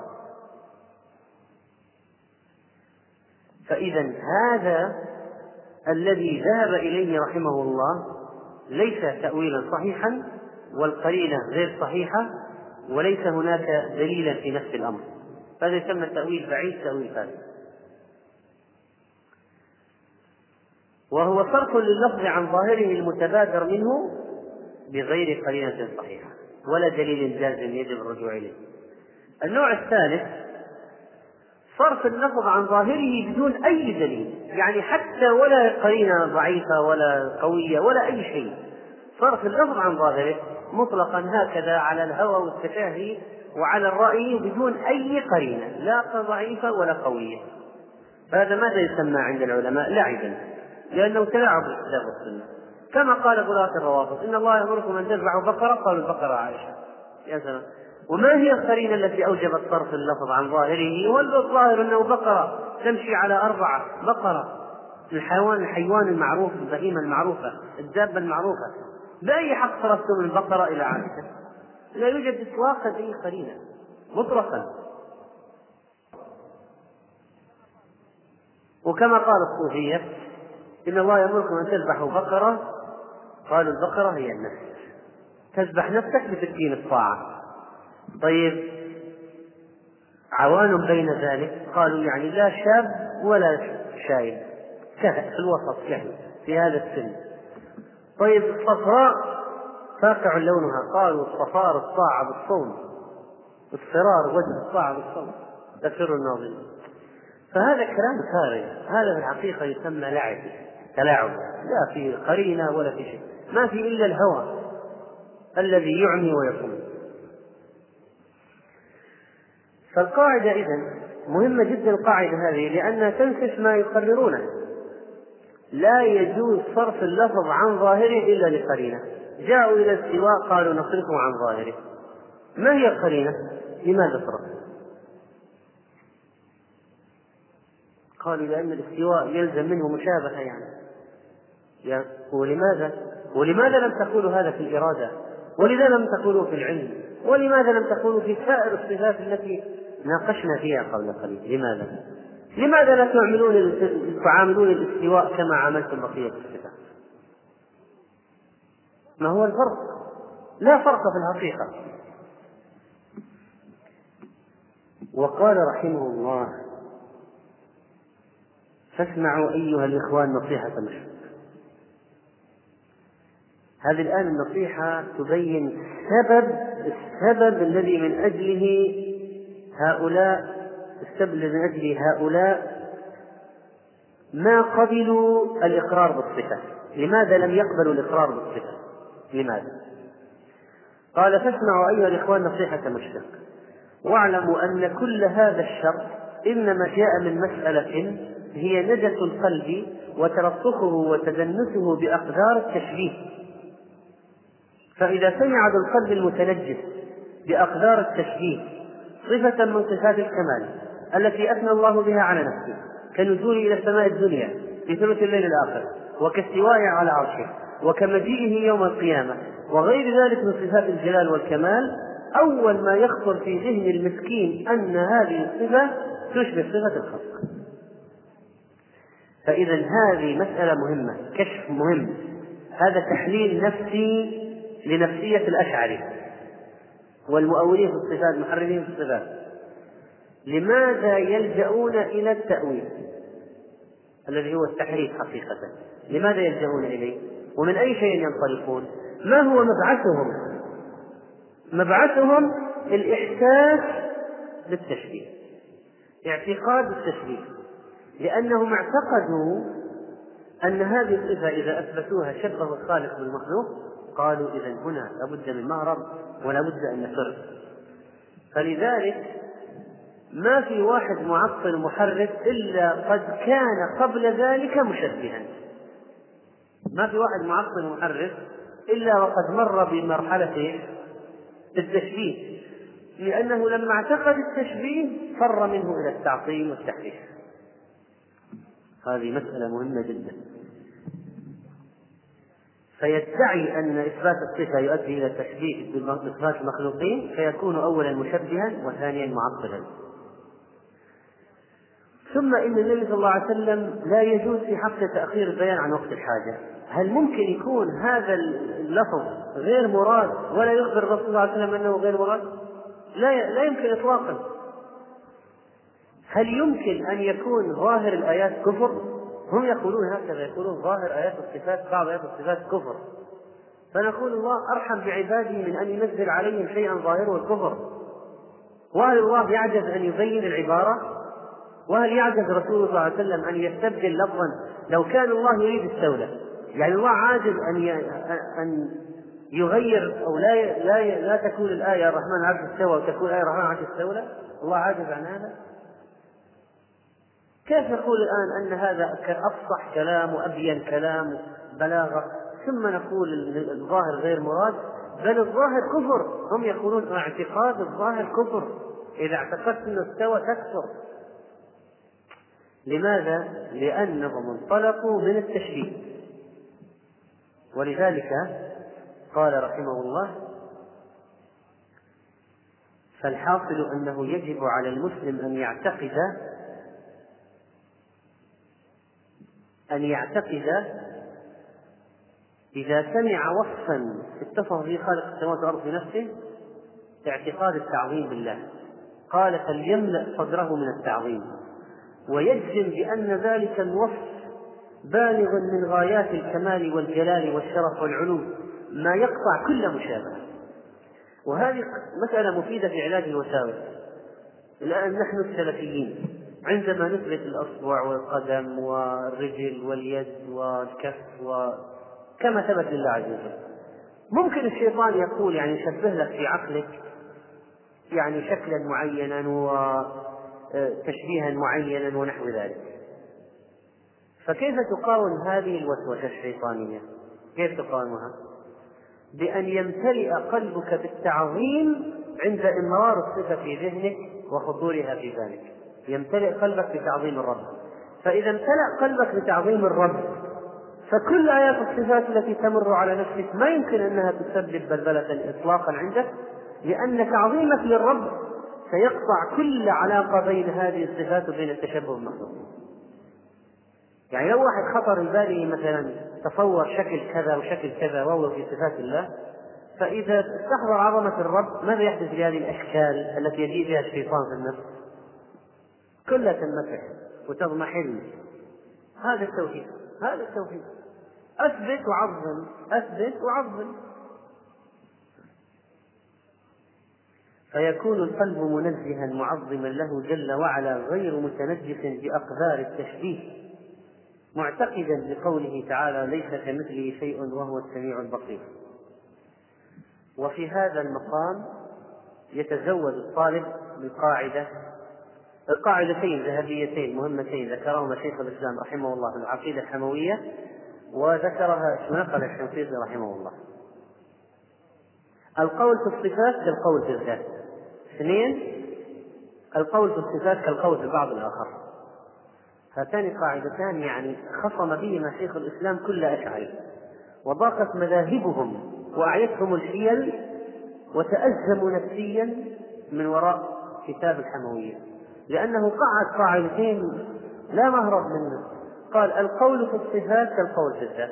فإذا هذا الذي ذهب إليه رحمه الله ليس تأويلا صحيحا، والقرينة غير صحيحة، وليس هناك دليلا في نفس الأمر، هذا يسمى تأويل بعيد، تأويل فاسد. وهو صرف لللفظ عن ظاهره المتبادر منه بغير قرينة صحيحة ولا دليل جازم يجب الرجوع إليه. النوع الثالث صرف اللفظ عن ظاهره بدون أي دليل، يعني حتى ولا قرينة ضعيفة ولا قوية ولا أي شيء، صرف اللفظ عن ظاهره مطلقا هكذا على الهوى والتشاهي وعلى الرأي بدون أي قرينة لا ضعيفة ولا قوية. هذا ماذا يسمى عند العلماء؟ لعبا، لأنه تلاعب بالكتاب والسنة، كما قال غلاة الروافض: إن الله يأمركم أن تذبحوا بقرة، قالوا البقرة عائشة. يا سلام، وما هي القرينة التي أوجبت صرف اللفظ عن ظاهره؟ والظاهر أنه بقرة تمشي على أربعة، بقرة الحيوان الحيوان المعروف، البهيمة المعروفة، الدابة المعروفة، بأي حق صرفتم من البقرة إلى عائشة؟ لا يوجد إطلاقا أي قرينة مطلقا. وكما قال الصوفية إن الله يأمركم أن تذبحوا بقرة، قالوا البقرة هي النفس، تذبح نفسك بسكين الطاعة. طيب عوان بين ذلك، قالوا يعني لا شاب ولا شايب، كهف في الوسط، كهف في هذا السن. طيب الصفراء فاقع لونها، قالوا الصفار الطاعة بالصوم، الصرار وجه الطاعة بالصوم تسر الناظرين. فهذا كلام فارغ، هذا في الحقيقة يسمى لعب، تلاعب، لا في قرينة ولا في شيء، ما في إلا الهوى الذي يعمي ويصم. فالقاعدة إذن مهمة جدا القاعدة هذه، لأنها تنسف ما يقررونه. لا يجوز صرف اللفظ عن ظاهره إلا لقرينة. جاءوا إلى الاستواء قالوا نصرفه عن ظاهره. ما هي القرينة؟ لماذا صرف؟ قالوا لأن الاستواء يلزم منه مشابهة يعني. ولماذا؟ ولماذا لم تقولوا هذا في الإرادة؟ ولذا لم تقولوا في العلم؟ ولماذا لم تقولوا في سائر الصفات التي ناقشنا فيها قبل قليل؟ لماذا؟ لماذا لا تعملون تعاملون الاستواء كما عملتم بقية الصفات؟ ما هو الفرق؟ لا فرق في الحقيقة. وقال رحمه الله: فاسمعوا أيها الإخوان نصيحة مشهورة. هذه الآن النصيحة تبين السبب السبب الذي من أجله هؤلاء السبب الذي من أجله هؤلاء ما قبلوا الإقرار بالصفة. لماذا لم يقبلوا الإقرار بالصفة؟ لماذا؟ قال: فاسمعوا أيها الإخوان نصيحة مشتق، واعلموا أن كل هذا الشر إنما جاء من مسألة هي نجس القلب وتلطخه وتدنسه بأقدار التشبيه. فإذا سمع ذو القلب المتنجس بأقدار التشبيه صفة من صفات الكمال التي أثنى الله بها على نفسه، كنزوله إلى السماء الدنيا في ثلث الليل الآخر، وكاستوائه على عرشه، وكمجيئه يوم القيامة، وغير ذلك من صفات الجلال والكمال، أول ما يخطر في ذهن المسكين أن هذه الصفة تشبه صفة الخلق. فإذا هذه مسألة مهمة، كشف مهم. هذا تحليل نفسي لنفسية الأشعري والمؤولين في الصفات، المحررين في الصفات. لماذا يلجؤون إلى التأويل الذي هو التحريف حقيقة؟ لماذا يلجؤون إليه؟ ومن أي شيء ينطلقون؟ ما هو مبعثهم؟ مبعثهم الإحساس بالتشبيه، اعتقاد التشبيه، لأنهم اعتقدوا أن هذه الصفة إذا أثبتوها شبه الخالق بالمخلوق، قالوا إذن هنا لابد من مهرب ولابد أن نفر. فلذلك ما في واحد معطل محرف إلا قد كان قبل ذلك مشبها. ما في واحد معطل محرف إلا وقد مر بمرحلة التشبيه، لأنه لما اعتقد التشبيه فر منه إلى التعطيل والتحريف. هذه مسألة مهمة جدا. فيدعي أن إثبات الصفة يؤدي إلى التشبيه بصفات المخلوقين، فيكون أولا مشبها وثانيا معطلا. ثم إن النبي صلى الله عليه وسلم لا يجوز في حق تأخير البيان عن وقت الحاجة. هل ممكن يكون هذا اللفظ غير مراد ولا يخبر الرسول صلى الله عليه وسلم أنه غير مراد؟ لا لا يمكن إطلاقا. هل يمكن أن يكون ظاهر الآيات كفر؟ هم يقولون هكذا، يقولون ظاهر آيات الصفات، بعض آيات الصفات كفر. فنقول الله أرحم بعباده من أن ينزل عليهم شيئا ظاهره الكفر. وهل الله يعجز أن يبين العبارة؟ وهل يعجز رسول الله صلى الله عليه وسلم أن يستبدل لفظا؟ لو كان الله يريد السولة، يعني الله عاجز أن أن يغير أو لا لا لا تكون الآية الرحمن عبد السوى وتكون الآية الرحمن عبد السولة؟ الله عاجز عن هذا؟ كيف نقول الآن أن هذا أفصح كلام وأبين كلام بلاغة، ثم نقول الظاهر غير مراد؟ بل الظاهر كفر. هم يقولون اعتقاد الظاهر كفر، إذا اعتقدت أنه استوى تكفر. لماذا؟ لأنهم انطلقوا من التشبيه. ولذلك قال رحمه الله: فالحاصل أنه يجب على المسلم أن يعتقد أن يعتقد إذا سمع وصفا اتصف به خالق السماوات والأرض بنفسه اعتقاد التعظيم بالله، قال: فليملأ صدره من التعظيم، ويجزم بأن ذلك الوصف بالغ من غايات الكمال والجلال والشرف والعلو ما يقطع كل مشابهة. وهذه مسألة مفيدة في علاج الوساوس. الآن نحن السلفيين عندما نثبت الأصبع والقدم والرجل واليد والكف وكما ثبت لله عز وجل، ممكن الشيطان يقول يعني يشبه لك في عقلك يعني شكلا معينا وتشبيها معينا ونحو ذلك. فكيف تقاوم هذه الوسوسة الشيطانية؟ كيف تقاومها؟ بأن يمتلئ قلبك بالتعظيم عند إمرار الصفة في ذهنك وخطورها في ذلك. يمتلئ قلبك بتعظيم الرب. فإذا امتلأ قلبك بتعظيم الرب فكل آيات الصفات التي تمر على نفسك ما يمكن أنها تسبب بلبلة إطلاقا عندك، لأن تعظيمك للرب سيقطع كل علاقة بين هذه الصفات وبين التشبه بالمخلوق. يعني لو واحد خطر البالي مثلا تصور شكل كذا وشكل كذا وهو في صفات الله، فإذا استحضر عظمة الرب ماذا يحدث لهذه الأشكال التي يجيء بها الشيطان في النفس؟ كلها تنمسح وتضمحل. هذا التوحيد، هذا التوحيد. أثبت وعظم، أثبت وعظم. فيكون القلب منزها معظما له جل وعلا غير متنجس بأقدار التشبيه، معتقدا بقوله تعالى: ليس كمثله شيء وهو السميع البصير. وفي هذا المقام يتزود الطالب بالقاعدة القاعدتين ذهبيتين مهمتين ذكرهما شيخ الإسلام رحمه الله في العقيدة الحموية، وذكرها نقل الشنقيطي رحمه الله. القول في الصفات كالقول في الذات. اثنين، القول في الصفات كالقول في البعض الآخر. هاتان قاعدتان يعني خصم بهما شيخ الإسلام كل أشعري، وضاقت مذاهبهم وأعيتهم الحيل، وتأزموا نفسيا من وراء كتاب الحموية، لأنه قعد قاعدتين لا مهرب منه. قال: القول في الصفات كالقول في الذات.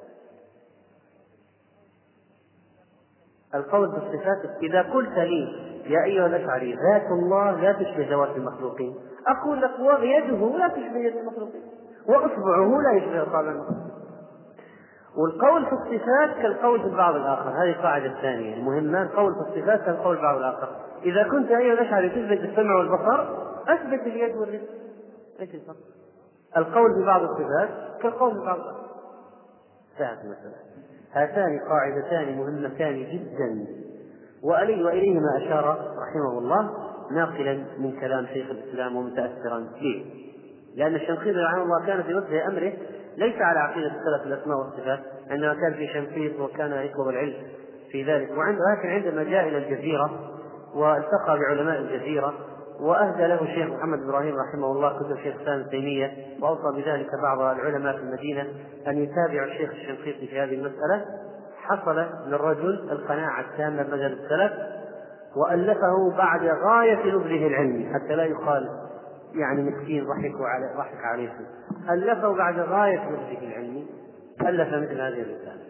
القول في الصفات إذا قلت لي يا أيها الأشعري ذات الله لا تشبه ذوات المخلوقين، أقول لك ويده لا تشبه يد المخلوقين، وإصبعه لا يشبه أصابع المخلوقين. والقول في الصفات كالقول في البعض الآخر. هذه القاعدة الثانية المهمة. القول في الصفات كالقول في البعض الآخر. إذا كنت أيها الأشعري تثبت السمع والبصر، أثبت اليد والرجل. إيش الفرق؟ القول في بعض الصفات كالقول في بعض الآخر. ساعة مثلا. هاتان قاعدتان مهمتان جدا، وإلي وإليهما أشار رحمه الله ناقلا من كلام شيخ الإسلام ومتأثرا به، لأن الشنقيطي رحمه الله كان في مبدأ أمره ليس على عقيدة السلف الأسماء والصفات، عندما كان في شنقيط وكان يطلب العلم في ذلك. ولكن عندما جاء إلى الجزيرة والتقى بعلماء الجزيرة وأهدى له الشيخ محمد إبراهيم رحمه الله كتب الشيخ الإسلام تيمية، وأوصى بذلك بعض العلماء في المدينة أن يتابعوا الشيخ الشنقيطي في هذه المسألة، حصل للرجل القناعة التامة بمذهب السلف، وألفه بعد غاية نبله العلمي حتى لا يقال يعني مسكين ضحكوا على ضحك عليه، ألفه بعد غاية نبله العلمي، ألف مثل هذه الرسالة.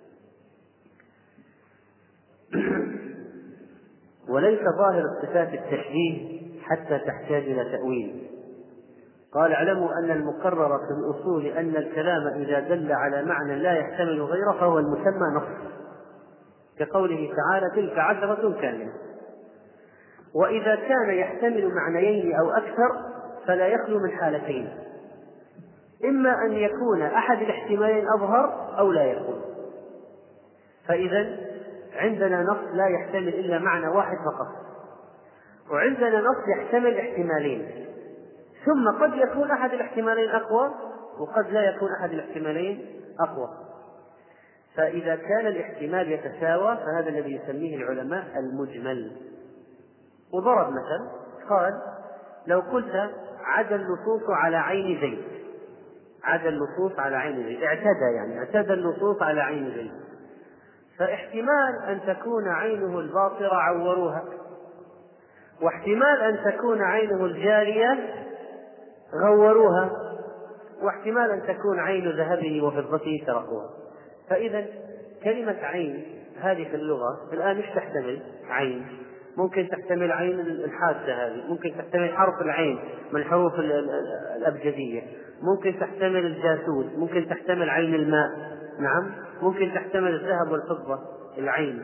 وليس ظاهر الصفات التشبيه حتى تحتاج إلى تأويل. قال: اعلموا أن المقرر في الأصول أن الكلام إذا دل على معنى لا يحتمل غيره فهو المسمى نص، كقوله تعالى: تلك عشرة كاملة. وإذا كان يحتمل معنيين أو أكثر فلا يخلو من حالتين: إما أن يكون أحد الاحتمالين أظهر أو لا يكون. فإذا عندنا نص لا يحتمل إلا معنى واحد فقط، وعندنا نص يحتمل احتمالين، ثم قد يكون أحد الاحتمالين أقوى وقد لا يكون أحد الاحتمالين أقوى. فإذا كان الاحتمال يتساوى فهذا الذي يسميه العلماء المجمل. وضرب مثل قال: لو قلت عدا اللصوص على عين زيد، عدا اللصوص على عين زيد، اعتدى يعني اعتدى اللصوص على عين زيد. فاحتمال أن تكون عينه الباصرة عوروها، واحتمال أن تكون عينه الجارية غوروها، واحتمال أن تكون عين ذهبه وفضته سرقوها. فإذا كلمة عين هذه في اللغة الآن مش تحتمل عين، ممكن تحتمل عين الحادة هذه، ممكن تحتمل حرف العين من الحروف الأبجدية، ممكن تحتمل الجاسوس، ممكن تحتمل عين الماء، نعم، ممكن تحتمل الذهب والفضة العين.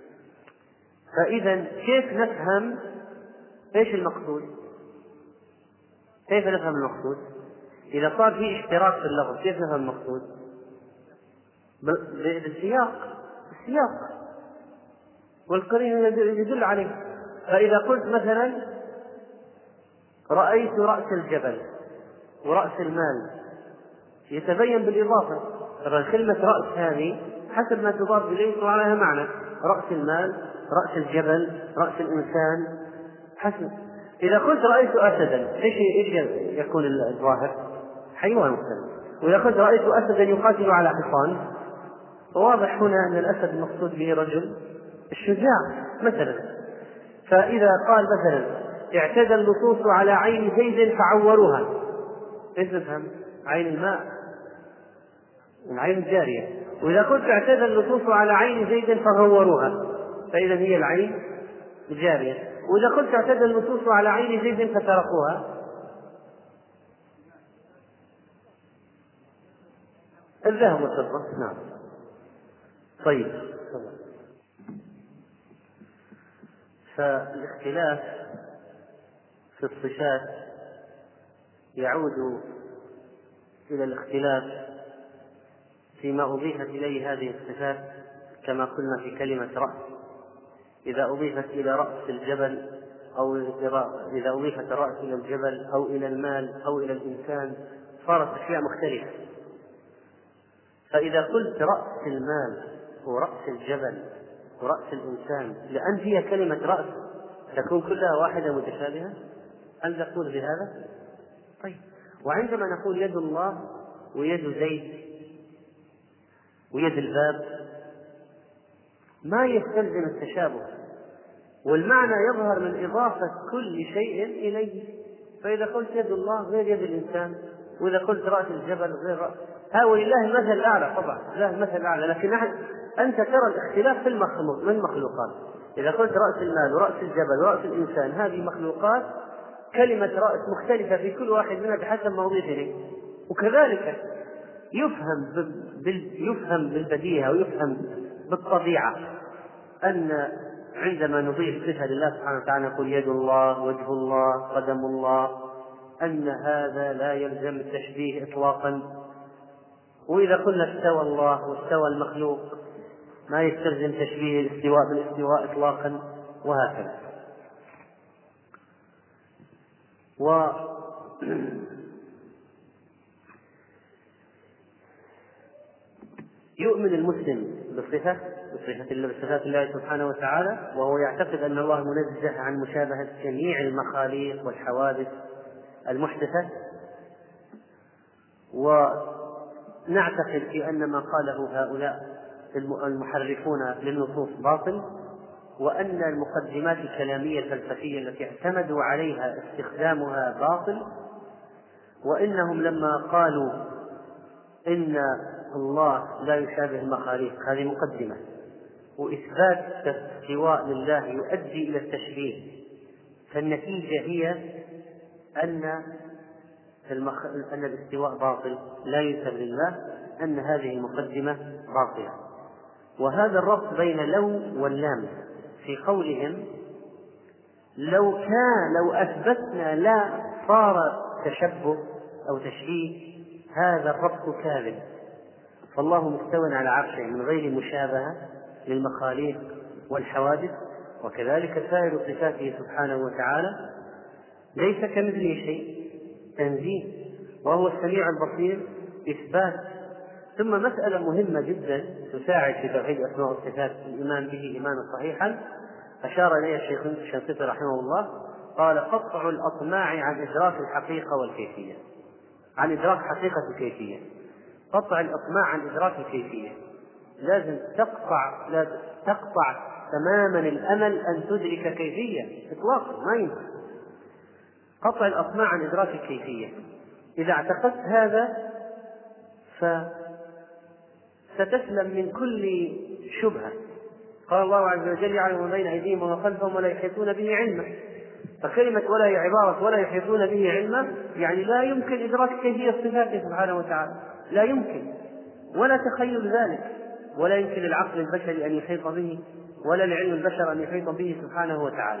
فإذا كيف نفهم ايش المقصود؟ كيف نفهم المقصود؟ إذا صار في اشتراك في اللفظ كيف نفهم المقصود؟ بالسياق، السياق والقرين يدل عليه. فإذا قلت مثلا رأيت رأس الجبل ورأس المال يتبين بالإضافة. طبعا كلمة رأس هذه حسب ما تضاف إليه يطلع عليها معنى، رأس المال، رأس الجبل، رأس الإنسان، حسب. إذا قلت رأيت أسدا إيش إيش يكون الظاهر؟ حيوان مختلف. وإذا قلت رأيت أسدا يقاتل على حصان، واضح هنا أن الأسد المقصود به رجل الشجاع مثلا. فإذا قال مثلا اعتدى اللصوص على عين زيد فعوروها، ايش نفهم؟ عين الماء، العين الجارية. وإذا قلت اعتدى اللصوص على عين زيد فغوروها، فإذا هي العين الجارية. وإذا قلت اعتدى اللصوص على عين زيد فسرقوها، الذهب والفضة. نعم. طيب، فالاختلاف في الصفات يعود إلى الاختلاف فيما أضيفت إليه هذه الصفات، كما قلنا في كلمة رأس، إذا أضيفت إلى رأس الجبل أو إذا أضيفت الرأس إلى الجبل أو إلى المال أو إلى الإنسان صارت أشياء مختلفة. فإذا قلت رأس المال ورأس الجبل ورأس الإنسان، لأن هي كلمة رأس تكون كلها واحدة متشابهة، هل نقول بهذا؟ طيب، وعندما نقول يد الله ويد زيد ويد الباب ما يستلزم التشابه، والمعنى يظهر من إضافة كل شيء إليه. فإذا قلت يد الله غير يد الإنسان، وإذا قلت رأس الجبل غير رأس، ها ولله المثل الأعلى، طبعا له المثل الأعلى، لكن أنت ترى الاختلاف في المخلوق من المخلوقات. إذا قلت رأس المال ورأس الجبل ورأس الإنسان، هذه مخلوقات كلمة رأس مختلفة في كل واحد منها بحسب ما أضيف إليه. وكذلك يفهم بال... يفهم بالبديهة ويفهم بالطبيعة أن عندما نضيف صفة لله سبحانه وتعالى نقول يد الله، وجه الله، قدم الله، أن هذا لا يلزم التشبيه إطلاقا. وإذا قلنا استوى الله واستوى المخلوق ما يستلزم تشبيه الاستواء بالاستواء إطلاقا، وهكذا. و يؤمن المسلم بصفة بصفات الله سبحانه وتعالى، وهو يعتقد أن الله منزه عن مشابهة جميع المخاليق والحوادث المحدثة، ونعتقد في أن ما قاله هؤلاء المحرفون للنصوص باطل، وأن المقدمات الكلامية الفلسفية التي اعتمدوا عليها استخدامها باطل، وإنهم لما قالوا إن الله لا يشابه المخاليق، هذه مقدمة، وإثبات الاستواء لله يؤدي إلى التشبيه، فالنتيجة هي أن المخ... أن الاستواء باطل لا ينسب لله، أن هذه المقدمة باطلة. وهذا الربط بين لو واللام في قولهم لو كان لو أثبتنا لا صار تشبه أو تشبيه، هذا الربط كاذب. فالله مستو على عرشه من غير مشابهة للمخاليق والحوادث، وكذلك سائر صفاته سبحانه وتعالى ليس كمثله شيء، تنزيه، وهو السميع البصير، إثبات. ثم مسألة مهمة جدا تساعد في توحيد الأسماء والصفات الإيمان به إيمانا صحيحا أشار إليه الشيخ الشنقيطي رحمه الله، قال قطع الأطماع عن إدراك الحقيقة والكيفية، عن إدراك حقيقة الكيفية. قطع الأطماع عن إدراك الكيفية، لازم تقطع لازم تقطع تماما الأمل أن تدرك كيفية إطلاقا، ما يمكن. قطع الأطماع عن إدراك الكيفية، إذا اعتقدت هذا فستسلم من كل شبهة. قال الله عز وجل: يعلم ما بين أيديهم وما خلفهم ولا يحيطون به علما. فكلمة ولا هي عبارة ولا يحيطون به علما، يعني لا يمكن إدراك كيفية صفاته سبحانه وتعالى، لا يمكن، ولا تخيل ذلك، ولا يمكن للعقل البشري أن يحيط به، ولا لعلم البشر أن يحيط به سبحانه وتعالى.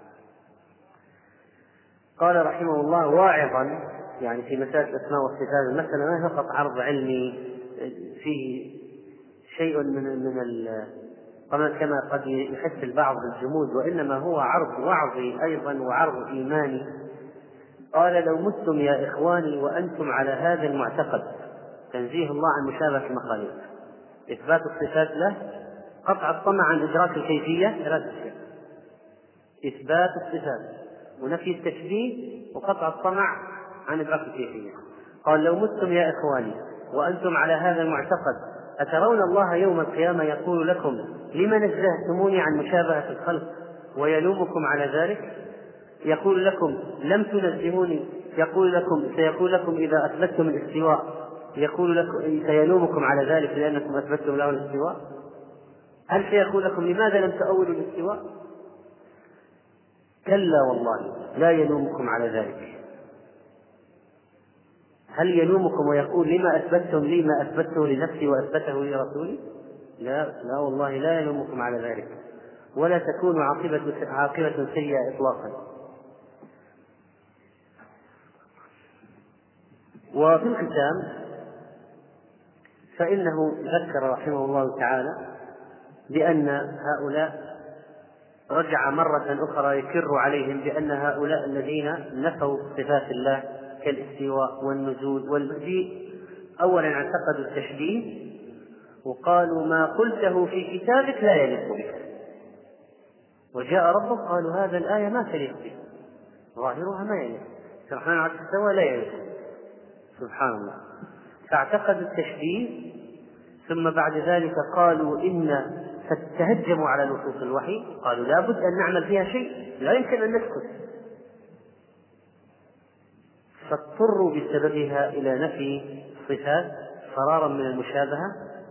قال رحمه الله واعظا، يعني في مسألة الأسماء والصفات المسألة ما فقط عرض علمي فيه شيء من من كما قد يحس البعض بالجمود، وإنما هو عرض وعظي أيضا وعرض إيماني. قال: لو متم يا إخواني وأنتم على هذا المعتقد، تنزيه الله عن مشابهة المخاليق، إثبات الصفات له، قطع الطمع عن إدراك الكيفية، ثلاث أشياء: إثبات الصفات ونفي التشبيه وقطع الطمع عن إدراك الكيفية. قال: لو متم يا إخواني وأنتم على هذا المعتقد، أترون الله يوم القيامة يقول لكم: لم نزهتموني عن مشابهة الخلق، ويلومكم على ذلك؟ يقول لكم: لم تنزهوني، يقول لكم سيقول لكم إذا أثبتتم الاستواء، يقول لكم سيلومكم على ذلك لأنكم أثبتتم له الاستواء؟ هل سيقول لكم: لماذا لم تؤولوا الاستواء؟ كلا والله لا يلومكم على ذلك. هل يلومكم ويقول: لما أثبتتم لي ما أثبته لنفسي وأثبته لرسولي؟ لا لا والله لا يلومكم على ذلك، ولا تكون عاقبة عاقبة سيئة إطلاقا. وفي الختام فإنه ذكر رحمه الله تعالى بأن هؤلاء رجع مرة أخرى يكر عليهم بأن هؤلاء الذين نفوا صفات الله كالاستواء والنزول والمجيء أولا اعتقدوا التشبيه، وقالوا: ما قلته في كتابك لا يليق بك. وجاء ربك قالوا: هذا الآية ما تليق بك، ظاهرها ما يليق، الرحمن على الاستواء لا يليق. سبحان الله. فاعتقدوا التشبيه، ثم بعد ذلك قالوا إن فتهجموا على نصوص الوحي، قالوا لا بد أن نعمل فيها شيء، لا يمكن أن نسكت، فاضطروا بسببها إلى نفي الصفات فرارا من المشابهة.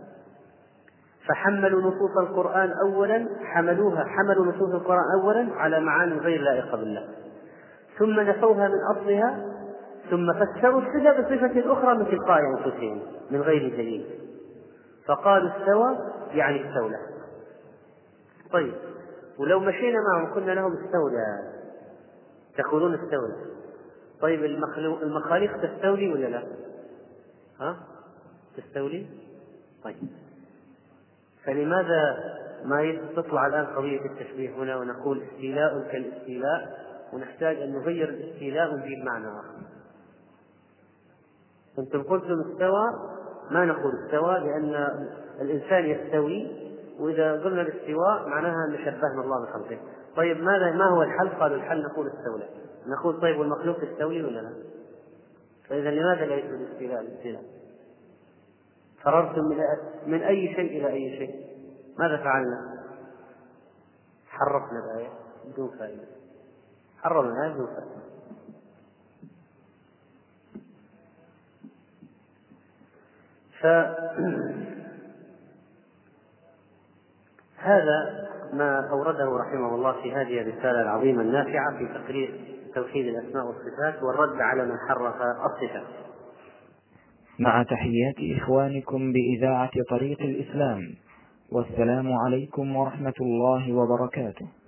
فحملوا نصوص القرآن أولا حملوها حملوا نصوص القرآن أولا على معاني غير لائقة بالله، ثم نفوها من أصلها، ثم فسروا الصفة بصفة أخرى من تلقاء أنفسهم من غير دليل، فقالوا استوى يعني استولى. طيب، ولو مشينا معهم قلنا لهم استولى، تقولون استولى. طيب، المخاليق تستولي ولا لا؟ ها؟ تستولي؟ طيب، فلماذا ما تطلع الآن قضية التشبيه هنا ونقول استيلاء كالاستيلاء، ونحتاج أن نغير الاستيلاء ونجيب معنى آخر؟ أنتم قلتم استوى، ما نقول استوى لأن الإنسان يستوي، وإذا قلنا الاستواء معناها أن شبهنا الله بخلقه. طيب، ماذا ما هو الحل؟ قالوا الحل نقول استولى. نقول طيب، والمخلوق يستولي ولا لا؟ فإذا لماذا لا يكون الاستيلاء الاستيلاء؟ فررتم من أي شيء إلى أي شيء؟ ماذا فعلنا؟ حرفنا الآية بدون فائدة، حررنا الآية بدون فائدة. فهذا ما أورده رحمه الله في هذه الرسالة العظيمة النافعة في تقرير توحيد الأسماء والصفات والرد على من حرف الصفات. مع تحيات إخوانكم بإذاعة طريق الإسلام، والسلام عليكم ورحمة الله وبركاته.